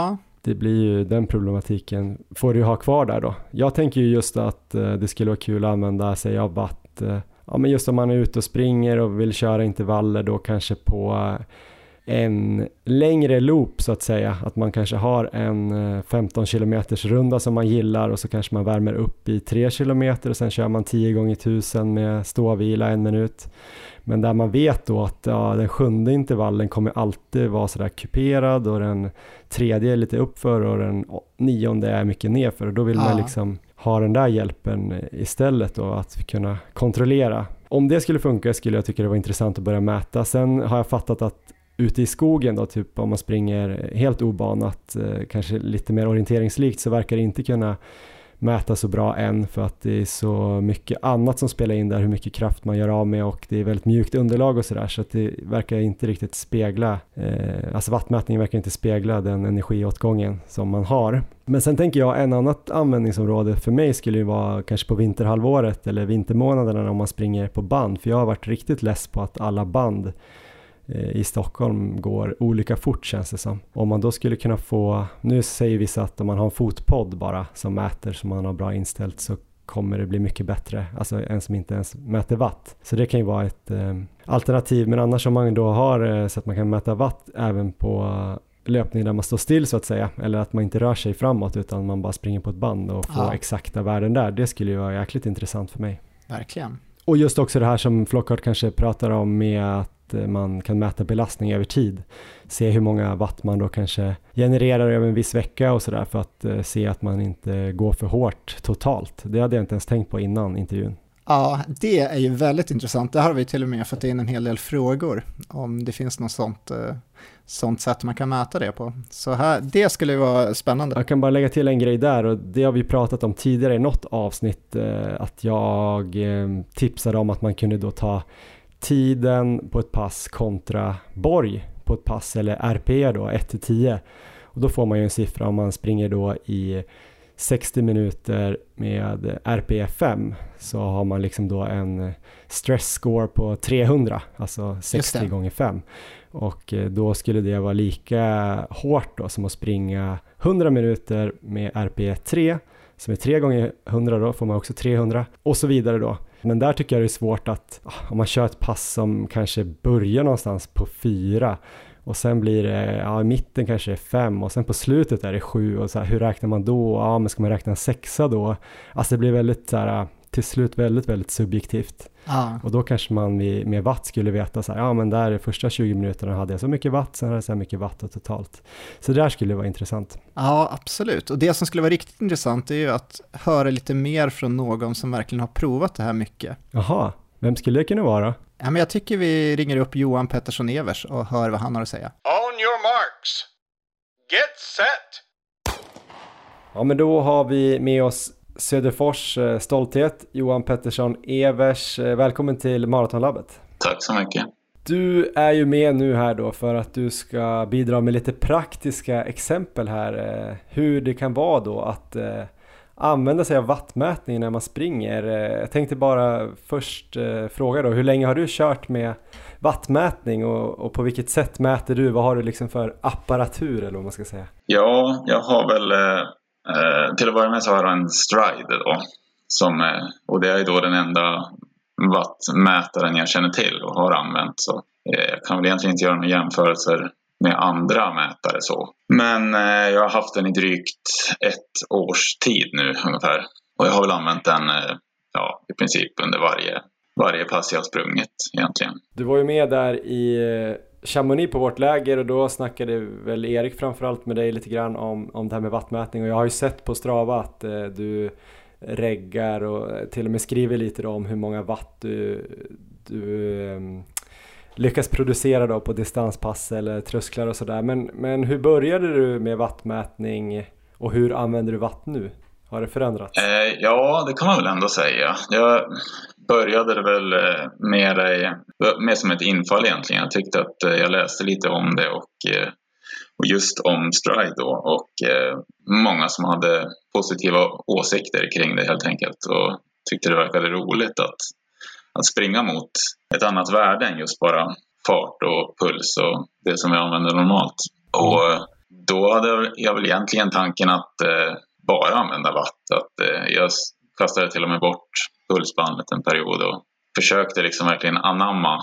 det blir ju den problematiken får du ha kvar där då. Jag tänker ju just att eh, det skulle vara kul att använda sig av watt. Eh, ja, men just om man är ute och springer och vill köra intervaller då kanske på eh, en längre loop så att säga. Att man kanske har en eh, femton kilometers runda som man gillar och så kanske man värmer upp i tre kilometer och sen kör man tio gånger tusen med ståvila en minut. Men där man vet då att ja, den sjunde intervallen kommer alltid vara sådär kuperad och den tredje är lite uppför och den nionde är mycket nerför och då vill ja. man liksom ha den där hjälpen istället och att kunna kontrollera. Om det skulle funka skulle jag tycka det var intressant att börja mäta. Sen har jag fattat att ute i skogen då, typ om man springer helt obanat, eh, kanske lite mer orienteringslikt så verkar det inte kunna mäta så bra än för att det är så mycket annat som spelar in där, hur mycket kraft man gör av med och det är väldigt mjukt underlag och sådär så att det verkar inte riktigt spegla, eh, alltså wattmätningen verkar inte spegla den energiåtgången som man har. Men sen tänker jag en annat användningsområde för mig skulle ju vara kanske på vinterhalvåret eller vintermånaderna om man springer på band, för jag har varit riktigt less på att alla band i Stockholm går olika fort känns det som. Om man då skulle kunna få, nu säger vissa att om man har en fotpodd bara som mäter som man har bra inställt så kommer det bli mycket bättre, alltså en som inte ens mäter watt. Så det kan ju vara ett eh, alternativ, men annars om man då har eh, så att man kan mäta watt även på löpning där man står still så att säga, eller att man inte rör sig framåt utan man bara springer på ett band och får ja. exakta värden där, det skulle ju vara jäkligt intressant för mig. Verkligen. Och just också det här som Flockhart kanske pratar om med att man kan mäta belastning över tid. Se hur många watt man då kanske genererar över en viss vecka och sådär för att uh, se att man inte går för hårt totalt. Det hade jag inte ens tänkt på innan intervjun. Ja, det är ju väldigt intressant. Det har vi till och med fått in en hel del frågor om det finns något sånt, uh, sånt sätt man kan mäta det på. Så här, det skulle ju vara spännande. Jag kan bara lägga till en grej där och det har vi pratat om tidigare i något avsnitt uh, att jag uh, tipsade om att man kunde då ta tiden på ett pass kontra borg på ett pass eller R P då ett till tio och då får man ju en siffra om man springer då i sextio minuter med R P fem så har man liksom då en stress score på trehundra, alltså sextio gånger fem och då skulle det vara lika hårt då som att springa hundra minuter med R P tre som är tre gånger hundra då får man också trehundra och så vidare då. Men där tycker jag det är svårt att om man kör ett pass som kanske börjar någonstans på fyra och sen blir det, ja i mitten kanske är fem och sen på slutet är det sju och så här, hur räknar man då? Ja men ska man räkna en sexa då? Alltså det blir väldigt så här, till slut väldigt väldigt subjektivt. Ah. Och då kanske man med, med watt skulle veta så här, ja men där i första tjugo minuterna hade jag så mycket watt, sen hade jag så här mycket watt och totalt. Så det där skulle vara intressant. Ja, absolut. Och det som skulle vara riktigt intressant är ju att höra lite mer från någon som verkligen har provat det här mycket. Jaha, vem skulle det kunna vara? Ja, men jag tycker vi ringer upp Johan Pettersson Evers och hör vad han har att säga. On your marks. Get set. Ja, men då har vi med oss Söderfors stolthet, Johan Pettersson Evers. Välkommen till Maratonlabbet. Tack så mycket. Du är ju med nu här då för att du ska bidra med lite praktiska exempel här. Hur det kan vara då att eh, använda sig av wattmätning när man springer. Jag tänkte bara först eh, fråga då, hur länge har du kört med wattmätning och, och på vilket sätt mäter du? Vad har du liksom för apparatur eller vad man ska säga? Ja, jag har väl... Eh... Uh, till att börja med så har jag en Stride då, som, uh, och det är då den enda wattmätaren jag känner till och har använt, så uh, jag kan väl egentligen inte göra några jämförelser med andra mätare så. Men uh, jag har haft den i drygt ett års tid nu ungefär och jag har väl använt den uh, ja, i princip under varje, varje pass jag har sprungit egentligen. Du var ju med där i Chamonix på vårt läger och då snackade väl Erik framförallt med dig lite grann om, om det här med wattmätning och jag har ju sett på Strava att eh, du reggar och till och med skriver lite då om hur många watt du, du eh, lyckas producera då på distanspass eller trösklar och sådär. Men, men hur började du med wattmätning och hur använder du watt nu? Har det förändrats? Eh, ja, det kan man väl ändå säga. Jag började det väl eh, mer, mer som ett infall egentligen. Jag tyckte att eh, jag läste lite om det och, eh, och just om Stride då. Och eh, många som hade positiva åsikter kring det helt enkelt. Och tyckte det verkade roligt att, att springa mot ett annat värde än just bara fart och puls och det som jag använder normalt. Och då hade jag väl egentligen tanken att eh, bara använda watt. Att, eh, jag kastade till och med bort pulsbandet en period och försökte liksom verkligen anamma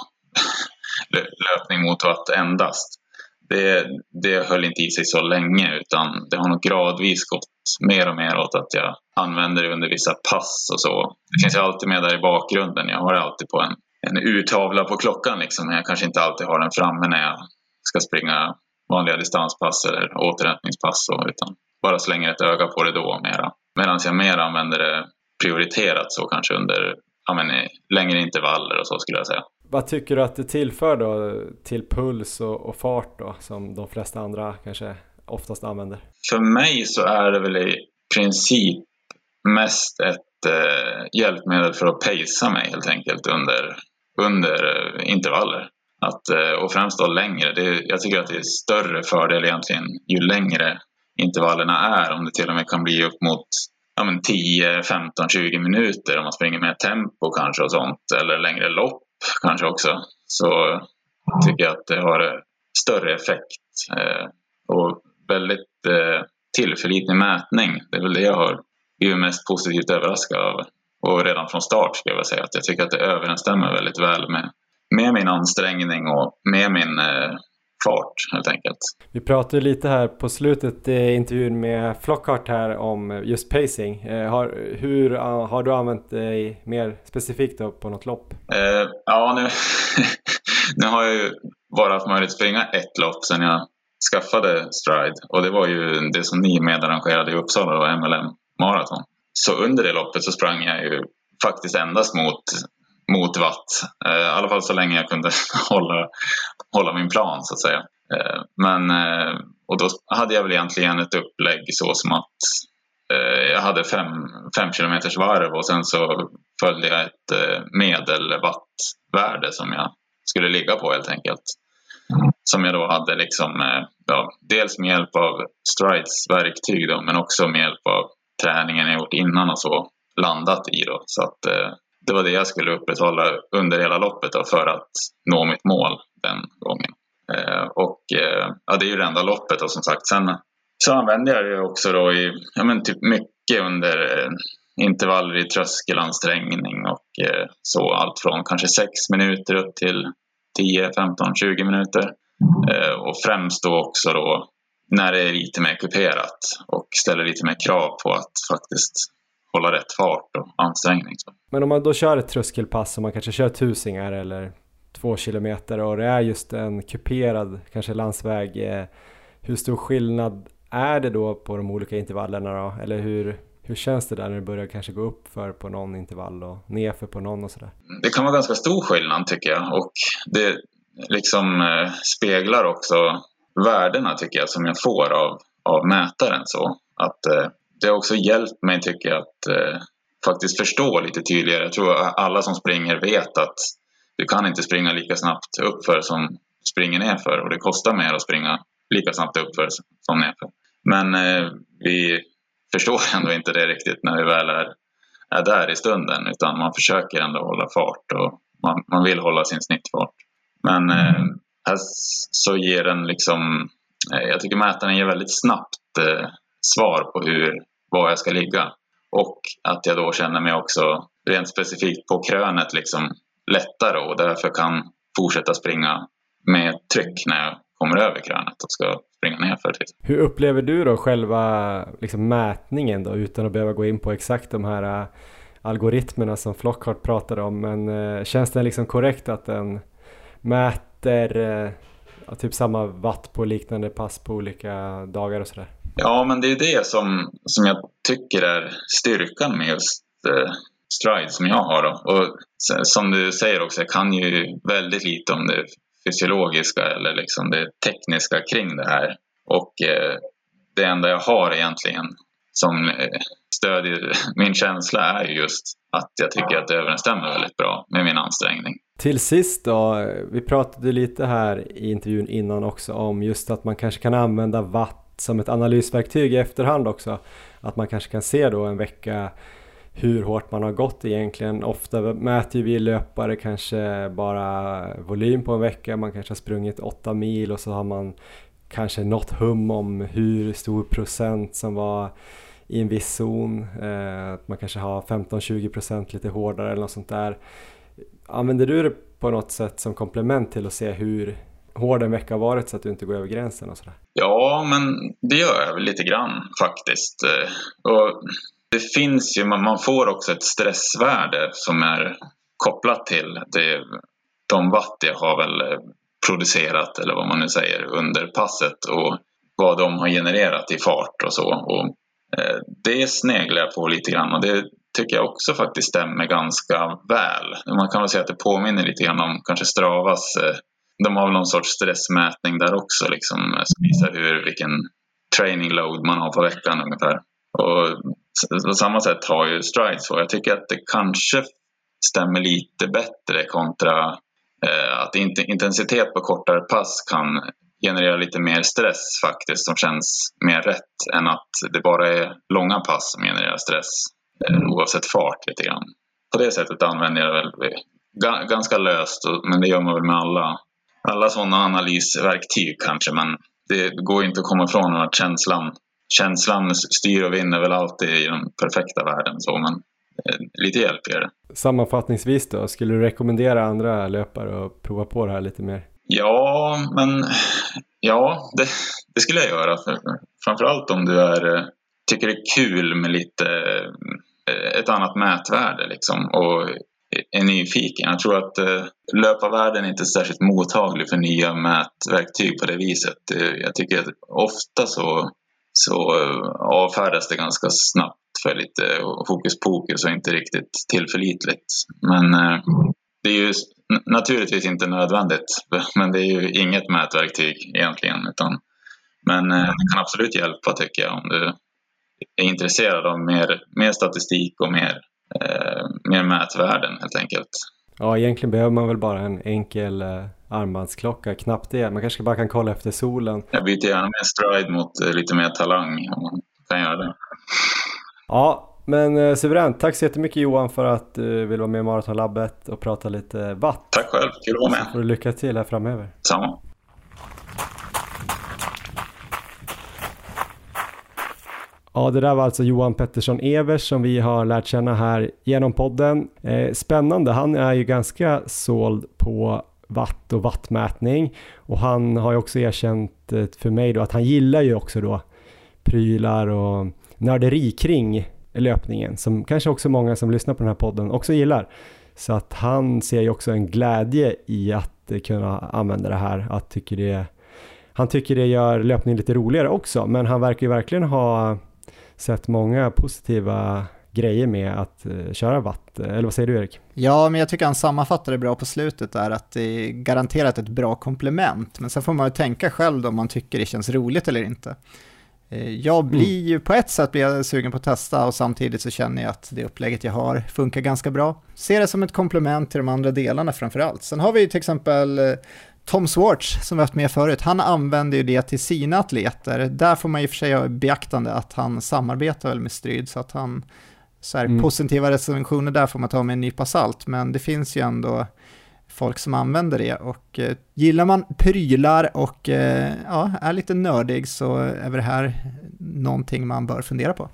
löpning mot watt endast. Det, det höll inte i sig så länge, utan det har nog gradvis gått mer och mer åt att jag använder det under vissa pass och så. Det finns ju alltid med där i bakgrunden. Jag har det alltid på en, en urtavla på klockan liksom, men jag kanske inte alltid har den framme när jag ska springa vanliga distanspass eller återhämtningspass så, utan bara slänger ett öga på det då mera. Medan jag mer använder det prioriterat så kanske under ja, men, längre intervaller och så skulle jag säga. Vad tycker du att det tillför då till puls och, och fart då, som de flesta andra kanske oftast använder? För mig så är det väl i princip mest ett eh, hjälpmedel för att pacea mig helt enkelt under, under eh, intervaller. Att, eh, och främst då längre. Det, jag tycker att det är större fördel egentligen ju längre intervallerna är. Om det till och med kan bli upp mot ja, men tio, femton, tjugo minuter om man springer med tempo kanske och sånt. Eller längre lopp kanske också. Så tycker jag att det har större effekt. Eh, och väldigt eh, tillförlitlig mätning. Det är väl det jag har blivit mest positivt överraskad av. Och redan från start ska jag väl säga att jag tycker att det överensstämmer väldigt väl med, med min ansträngning och med min eh, fart helt enkelt. Vi pratade lite här på slutet i intervjun med Flockhart här om just pacing. Eh, har, hur har du använt det mer specifikt då på något lopp? Eh, ja, nu, nu har jag ju bara haft möjlighet att springa ett lopp sedan jag skaffade Stride. Och det var ju det som ni medarrangerade i Uppsala då, M L M Marathon. Så under det loppet så sprang jag ju faktiskt endast mot, mot watt. Eh, I alla fall så länge jag kunde hålla, hålla min plan så att säga. Eh, men, eh, och då hade jag väl egentligen ett upplägg så som att eh, jag hade fem, fem kilometers varv och sen så följde jag ett eh, medelvattvärde som jag skulle ligga på helt enkelt. Som jag då hade liksom, eh, ja, dels med hjälp av Strides verktyg då, men också med hjälp av träningen jag gjort innan och så landat i då. Så att eh, det var det jag skulle upprätthålla under hela loppet då, för att nå mitt mål den gången. Eh, och eh, ja, det är ju det enda loppet och som sagt. Sen så använde jag det också då i, ja men typ mycket under eh, intervaller i tröskelansträngning och eh, så allt från kanske sex minuter upp till tio, femton, tjugo minuter. Eh, och främst då också då när det är lite mer kuperat och ställer lite mer krav på att faktiskt hålla rätt fart och ansträngning. Men om man då kör ett tröskelpass som man kanske kör tusingar eller två kilometer och det är just en kuperad kanske landsväg, eh, hur stor skillnad är det då på de olika intervallerna då? Eller hur, hur känns det där när det börjar kanske gå upp för på någon intervall och nerför på någon och sådär? Det kan vara ganska stor skillnad tycker jag, och det liksom eh, speglar också värdena tycker jag som jag får av, av mätaren. Så att eh, det har också hjälpt mig tycker jag att eh, faktiskt förstå lite tydligare. Jag tror att alla som springer vet att du kan inte springa lika snabbt uppför som springer nerför, och det kostar mer att springa lika snabbt uppför som nerför. Men eh, vi förstår ändå inte det riktigt när vi väl är, är där i stunden, utan man försöker ändå hålla fart och man, man vill hålla sin snittfart. Men eh, här så ger den liksom, eh, jag tycker mätaren ger väldigt snabbt eh, svar på hur, var jag ska ligga. Och att jag då känner mig också rent specifikt på krönet liksom lättare och därför kan fortsätta springa med tryck när jag kommer över krönet och ska springa nerför. Hur upplever du då själva liksom mätningen då, utan att behöva gå in på exakt de här uh, algoritmerna som Flockhart pratade om, men uh, känns det liksom korrekt att den mäter uh, typ samma watt på liknande pass på olika dagar och sådär? Ja, men det är det som, som jag tycker är styrkan med just uh, Stride som jag har då. Och som du säger också, jag kan ju väldigt lite om det fysiologiska eller liksom det tekniska kring det här. Och eh, det enda jag har egentligen som eh, stödjer min känsla är just att jag tycker att det överensstämmer väldigt bra med min ansträngning. Till sist då, vi pratade lite här i intervjun innan också om just att man kanske kan använda watt som ett analysverktyg i efterhand också. Att man kanske kan se då en vecka hur hårt man har gått egentligen. Ofta mäter vi löpare kanske bara volym på en vecka. Man kanske har sprungit åtta mil och så har man kanske något hum om hur stor procent som var i en viss zon. Eh, att man kanske har femton till tjugo procent lite hårdare eller något sånt där. Använder du det på något sätt som komplement till att se hur hård en vecka har varit så att du inte går över gränsen och sådär? Ja, men det gör jag väl lite grann faktiskt. Och det finns ju, man får också ett stressvärde som är kopplat till det, de watt jag har väl producerat eller vad man nu säger under passet och vad de har genererat i fart och så. Och eh, det sneglar jag på lite grann och det tycker jag också faktiskt stämmer ganska väl. Man kan väl säga att det påminner lite grann om kanske Stravas. Eh, de har väl någon sorts stressmätning där också liksom, som visar hur, vilken training load man har på veckan ungefär. Och på samma sätt har ju Strides och jag tycker att det kanske stämmer lite bättre kontra eh, att intensitet på kortare pass kan generera lite mer stress faktiskt som känns mer rätt än att det bara är långa pass som genererar stress eh, oavsett fart lite grann. På det sättet använder jag väl g- ganska löst men det gör man väl med alla, alla sådana analysverktyg kanske, men det går inte att komma ifrån att känslan Känslan styr och vinner väl alltid i den perfekta världen så, men eh, lite hjälp ger det. Sammanfattningsvis då, skulle du rekommendera andra löpare att prova på det här lite mer? Ja, men ja, det, det skulle jag göra. För, framförallt om du är, tycker det är kul med lite ett annat mätvärde liksom, och är nyfiken. Jag tror att eh, löparvärlden är inte särskilt mottaglig för nya mätverktyg på det viset. Jag tycker att ofta så så avfärdas det ganska snabbt för lite fokus pokus och inte riktigt tillförlitligt. Men eh, det är ju naturligtvis inte nödvändigt, men det är ju inget mätverktyg egentligen. Utan, men eh, det kan absolut hjälpa tycker jag om du är intresserad av mer, mer statistik och mer, eh, mer mätvärden helt enkelt. Ja, egentligen behöver man väl bara en enkel eh, armbandsklocka, knappt det. Man kanske bara kan kolla efter solen. Jag byter gärna med Stride mot eh, lite mer talang om man kan göra det. Ja, men eh, suveränt. Tack så jättemycket Johan för att du vill vara med i Maratonlabbet och prata lite watt. Tack själv, kul att vara med. Så får du lycka till här framöver. Samma. Ja, det där var alltså Johan Pettersson Evers som vi har lärt känna här genom podden. Eh, spännande, han är ju ganska såld på watt och wattmätning och han har ju också erkänt eh, för mig då att han gillar ju också då prylar och nörderi kring löpningen som kanske också många som lyssnar på den här podden också gillar. Så att han ser ju också en glädje i att eh, kunna använda det här, att tycker det, han tycker det gör löpning lite roligare också, men han verkar ju verkligen ha sett många positiva grejer med att uh, köra watt. Eller vad säger du Erik? Ja, men jag tycker han sammanfattar det bra på slutet där, att det är garanterat ett bra komplement. Men sen får man ju tänka själv om man tycker det känns roligt eller inte. Jag blir ju, på ett sätt blir jag sugen på att testa och samtidigt så känner jag att det upplägget jag har funkar ganska bra. Ser det som ett komplement till de andra delarna framförallt. Sen har vi ju till exempel Tom Swartz som vi haft med förut. Han använder ju det till sina atleter. Där får man ju för sig ha i beaktande att han samarbetar väl med Stryd, så att han så här mm. positiva recensioner där får man ta med en nypa salt. Men det finns ju ändå folk som använder det, och eh, gillar man prylar och eh, ja, är lite nördig, så är det här någonting man bör fundera på.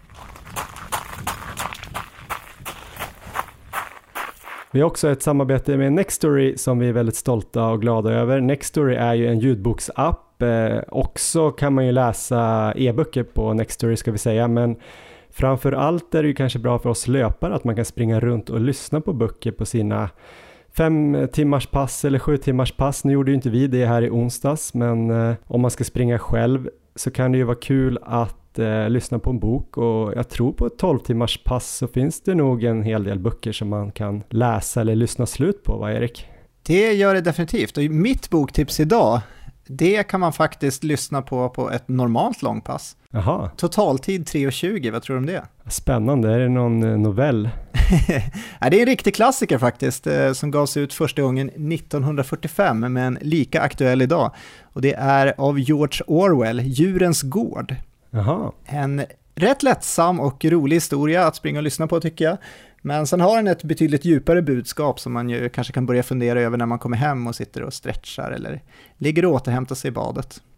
Vi har också ett samarbete med Nextory som vi är väldigt stolta och glada över. Nextory är ju en ljudboksapp. Eh, också kan man ju läsa e-böcker på Nextory ska vi säga, men framför allt är det ju kanske bra för oss löpare att man kan springa runt och lyssna på böcker på sina fem timmars pass eller sju timmars pass. Nu gjorde ju inte vi det här i onsdags, men eh, om man ska springa själv så kan det ju vara kul att eh, lyssna på en bok, och jag tror på ett tolv timmars pass så finns det nog en hel del böcker som man kan läsa eller lyssna slut på, va Erik? Det gör det definitivt, och mitt boktips idag, det kan man faktiskt lyssna på på ett normalt långpass. Jaha. Totaltid tre tjugo, vad tror du om det? Spännande, är det någon novell? Ja, det är en riktig klassiker faktiskt, som gavs ut första gången nittonhundrafyrtiofem, men lika aktuell idag. Och det är av George Orwell, Djurens gård. Jaha. En rätt lättsam och rolig historia att springa och lyssna på tycker jag. Men sen har den ett betydligt djupare budskap som man ju kanske kan börja fundera över när man kommer hem och sitter och stretchar eller ligger och återhämtar sig i badet.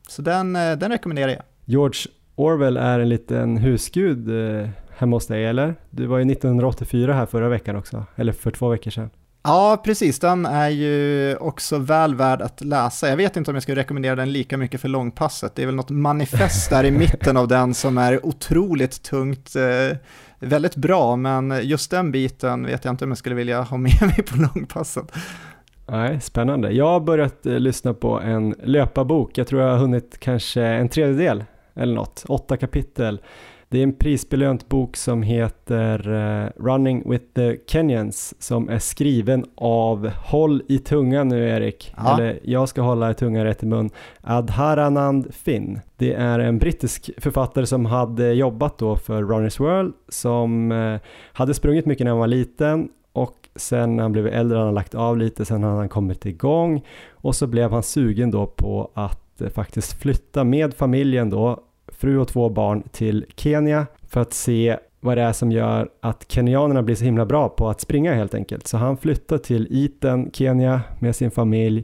Så den, den rekommenderar jag. George Orwell är en liten husgud eh, hemma hos dig, eller? Du var ju nittonhundraåttiofyra här förra veckan också, eller för två veckor sedan. Ja, precis. Den är ju också väl värd att läsa. Jag vet inte om jag skulle rekommendera den lika mycket för långpasset. Det är väl något manifest där i mitten av den som är otroligt tungt, eh, väldigt bra, men just den biten vet jag inte om jag skulle vilja ha med mig på långpasset. Nej, spännande. Jag har börjat eh, lyssna på en löparbok. Jag tror jag har hunnit kanske en tredjedel eller något, åtta kapitel. Det är en prisbelönt bok som heter uh, Running with the Kenyans, som är skriven av, håll i tungan nu Erik, ja. Eller jag ska hålla i tungan rätt i mun, Adharanand Finn. Det är en brittisk författare som hade jobbat då för Runner's World, som uh, hade sprungit mycket när han var liten, och sen när han blev äldre hade han lagt av lite, sen hade han kommit igång, och så blev han sugen då på att uh, faktiskt flytta med familjen då, fru och två barn, till Kenya för att se vad det är som gör att kenyanerna blir så himla bra på att springa helt enkelt. Så han flyttar till Iten, Kenya med sin familj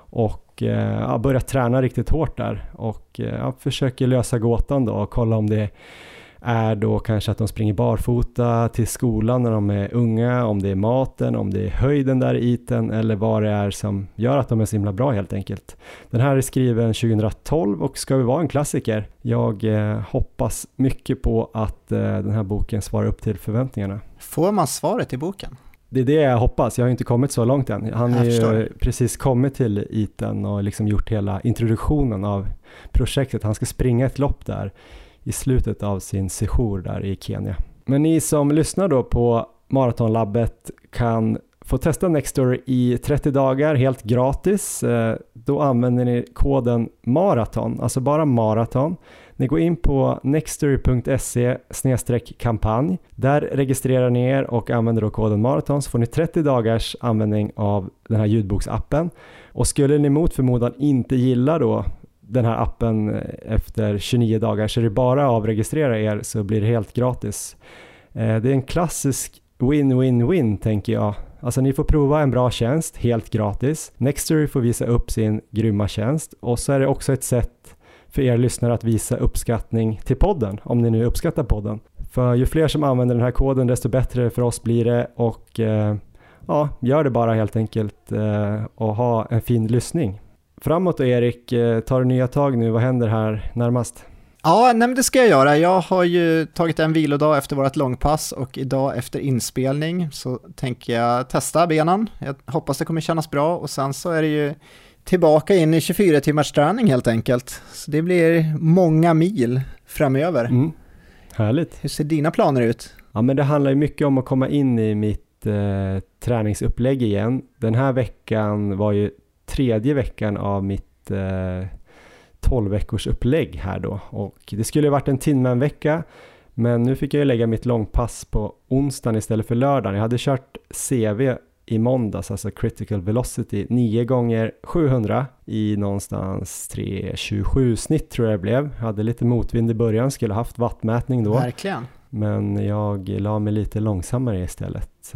och eh, ja, börjar träna riktigt hårt där och eh, ja, försöker lösa gåtan då och kolla om det är då kanske att de springer barfota till skolan när de är unga, om det är maten, om det är höjden där i Iten eller vad det är som gör att de är så himla bra helt enkelt. Den här är skriven tjugohundratolv och ska ju vara en klassiker. Jag eh, hoppas mycket på att eh, den här boken svarar upp till förväntningarna. Får man svaret i boken? Det är det jag hoppas. Jag har inte kommit så långt än. Han har ju precis kommit till Iten och liksom gjort hela introduktionen av projektet. Han ska springa ett lopp där i slutet av sin sejour där i Kenya. Men ni som lyssnar då på Maratonlabbet kan få testa Nextory i trettio dagar helt gratis. Då använder ni koden maraton, alltså bara maraton. Ni går in på nextory punkt se slash kampanj. Där registrerar ni er och använder då koden maraton, så får ni trettio dagars användning av den här ljudboksappen. Och skulle ni mot förmodan inte gilla då den här appen efter tjugonio dagar, så är det bara att avregistrera er så blir det helt gratis. Det är en klassisk win-win-win tänker jag. Alltså ni får prova en bra tjänst helt gratis. Nextory får visa upp sin grymma tjänst och så är det också ett sätt för er lyssnare att visa uppskattning till podden, om ni nu uppskattar podden. För ju fler som använder den här koden desto bättre för oss blir det och eh, ja, gör det bara helt enkelt eh, och ha en fin lyssning. Framåt då Erik, tar du nya tag nu? Vad händer här närmast? Ja, nej, men det ska jag göra. Jag har ju tagit en vilodag efter vårt långpass och idag efter inspelning så tänker jag testa benen. Jag hoppas det kommer kännas bra och sen så är det ju tillbaka in i tjugofyra timmars träning helt enkelt. Så det blir många mil framöver. Mm. Härligt. Hur ser dina planer ut? Ja, men det handlar ju mycket om att komma in i mitt eh, träningsupplägg igen. Den här veckan var ju tredje veckan av mitt eh, tolv veckors upplägg här då, och det skulle ha varit en Tinman-vecka, men nu fick jag ju lägga mitt långpass på onsdagen istället för lördagen. Jag hade kört C V i måndags, alltså critical velocity, nio gånger sjuhundra i någonstans tre tjugosju snitt tror jag det blev. Jag hade lite motvind i början, skulle haft wattmätning då. Verkligen. Men jag la mig lite långsammare istället.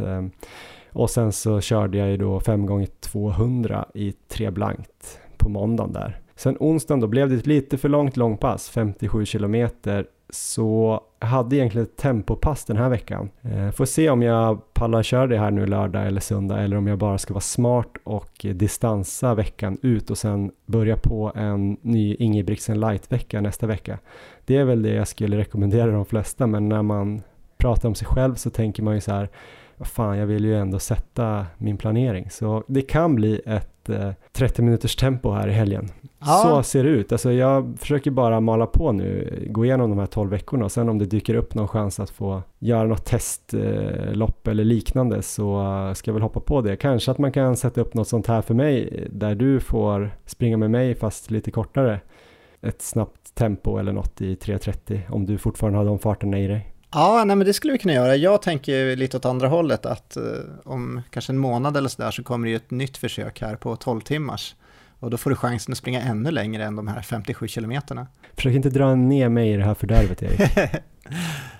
Och sen så körde jag ju då fem gånger tvåhundra i tre blankt på måndagen där. Sen onsdagen då blev det ett lite för långt långpass, femtiosju kilometer. Så jag hade egentligen ett tempopass den här veckan. Eh, får se om jag pallar köra det här nu lördag eller söndag, eller om jag bara ska vara smart och distansa veckan ut och sen börja på en ny Ingebrigtsen Light-vecka nästa vecka. Det är väl det jag skulle rekommendera de flesta, men när man pratar om sig själv så tänker man ju så här: vad fan, jag vill ju ändå sätta min planering. Så det kan bli ett eh, trettio minuters tempo här i helgen. Ja. Så ser det ut. Alltså jag försöker bara mala på nu, gå igenom de här tolv veckorna, och sen om det dyker upp någon chans att få göra något testlopp eh, eller liknande, så uh, ska jag väl hoppa på det. Kanske att man kan sätta upp något sånt här för mig där du får springa med mig fast lite kortare. Ett snabbt tempo eller något i tre trettio om du fortfarande har de farterna i dig. Ja, nej, men det skulle vi kunna göra. Jag tänker lite åt andra hållet att eh, om kanske en månad eller sådär så kommer det ju ett nytt försök här på tolv timmars. Och då får du chansen att springa ännu längre än de här femtiosju kilometerna. Försök inte dra ner mig i det här fördärvet, Erik.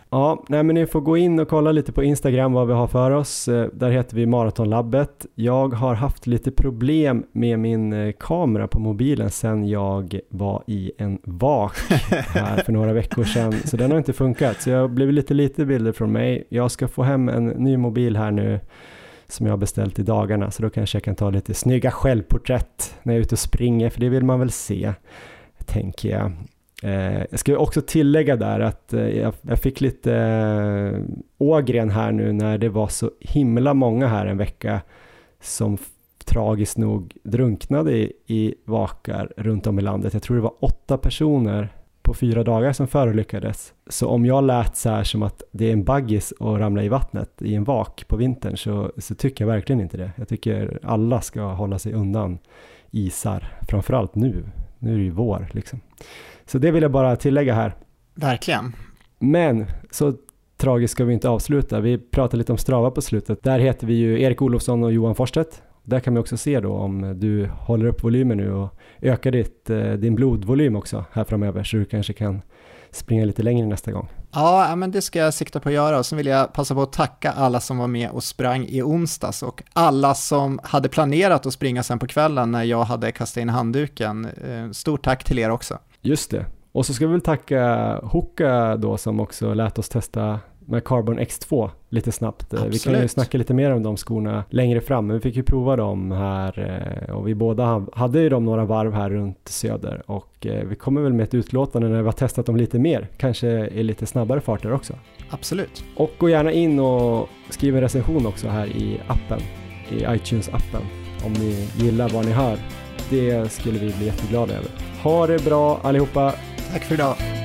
Ja, nej men ni får gå in och kolla lite på Instagram vad vi har för oss. Där heter vi Maratonlabbet. Jag har haft lite problem med min kamera på mobilen sen jag var i en vak här för några veckor sedan. Så den har inte funkat. Så jag har blivit lite lite bilder från mig. Jag ska få hem en ny mobil här nu som jag har beställt i dagarna. Så då kanske jag kan ta lite snygga självporträtt när jag är ute och springer. För det vill man väl se, tänker jag. Eh, jag ska också tillägga där att eh, jag, jag fick lite eh, ågren här nu när det var så himla många här en vecka som f- tragiskt nog drunknade i, i vakar runt om i landet. Jag tror det var åtta personer på fyra dagar som förolyckades. Så om jag lät så här som att det är en baggis att ramla i vattnet i en vak på vintern så, så tycker jag verkligen inte det. Jag tycker alla ska hålla sig undan isar, framförallt nu. Nu är det ju vår liksom. Så det vill jag bara tillägga här. Verkligen. Men så tragiskt ska vi inte avsluta. Vi pratar lite om Strava på slutet. Där heter vi ju Erik Olofsson och Johan Forstedt. Där kan vi också se då om du håller upp volymen nu och ökar ditt, din blodvolym också här framöver. Så du kanske kan springa lite längre nästa gång. Ja, men det ska jag sikta på att göra. Och så vill jag passa på att tacka alla som var med och sprang i onsdags och alla som hade planerat att springa sen på kvällen när jag hade kastat in handduken. Stort tack till er också. Just det. Och så ska vi väl tacka Hoka då som också lät oss testa med Carbon X två lite snabbt. Absolut. Vi kan ju snacka lite mer om de skorna längre fram, men vi fick ju prova dem här och vi båda hade ju dem några varv här runt Söder och vi kommer väl med ett utlåtande när vi har testat dem lite mer, kanske i lite snabbare farter också. Absolut. Och gå gärna in och skriv en recension också här i appen, i iTunes-appen om ni gillar vad ni hör. Det skulle vi bli jätteglada över. Ha det bra allihopa. Tack för idag.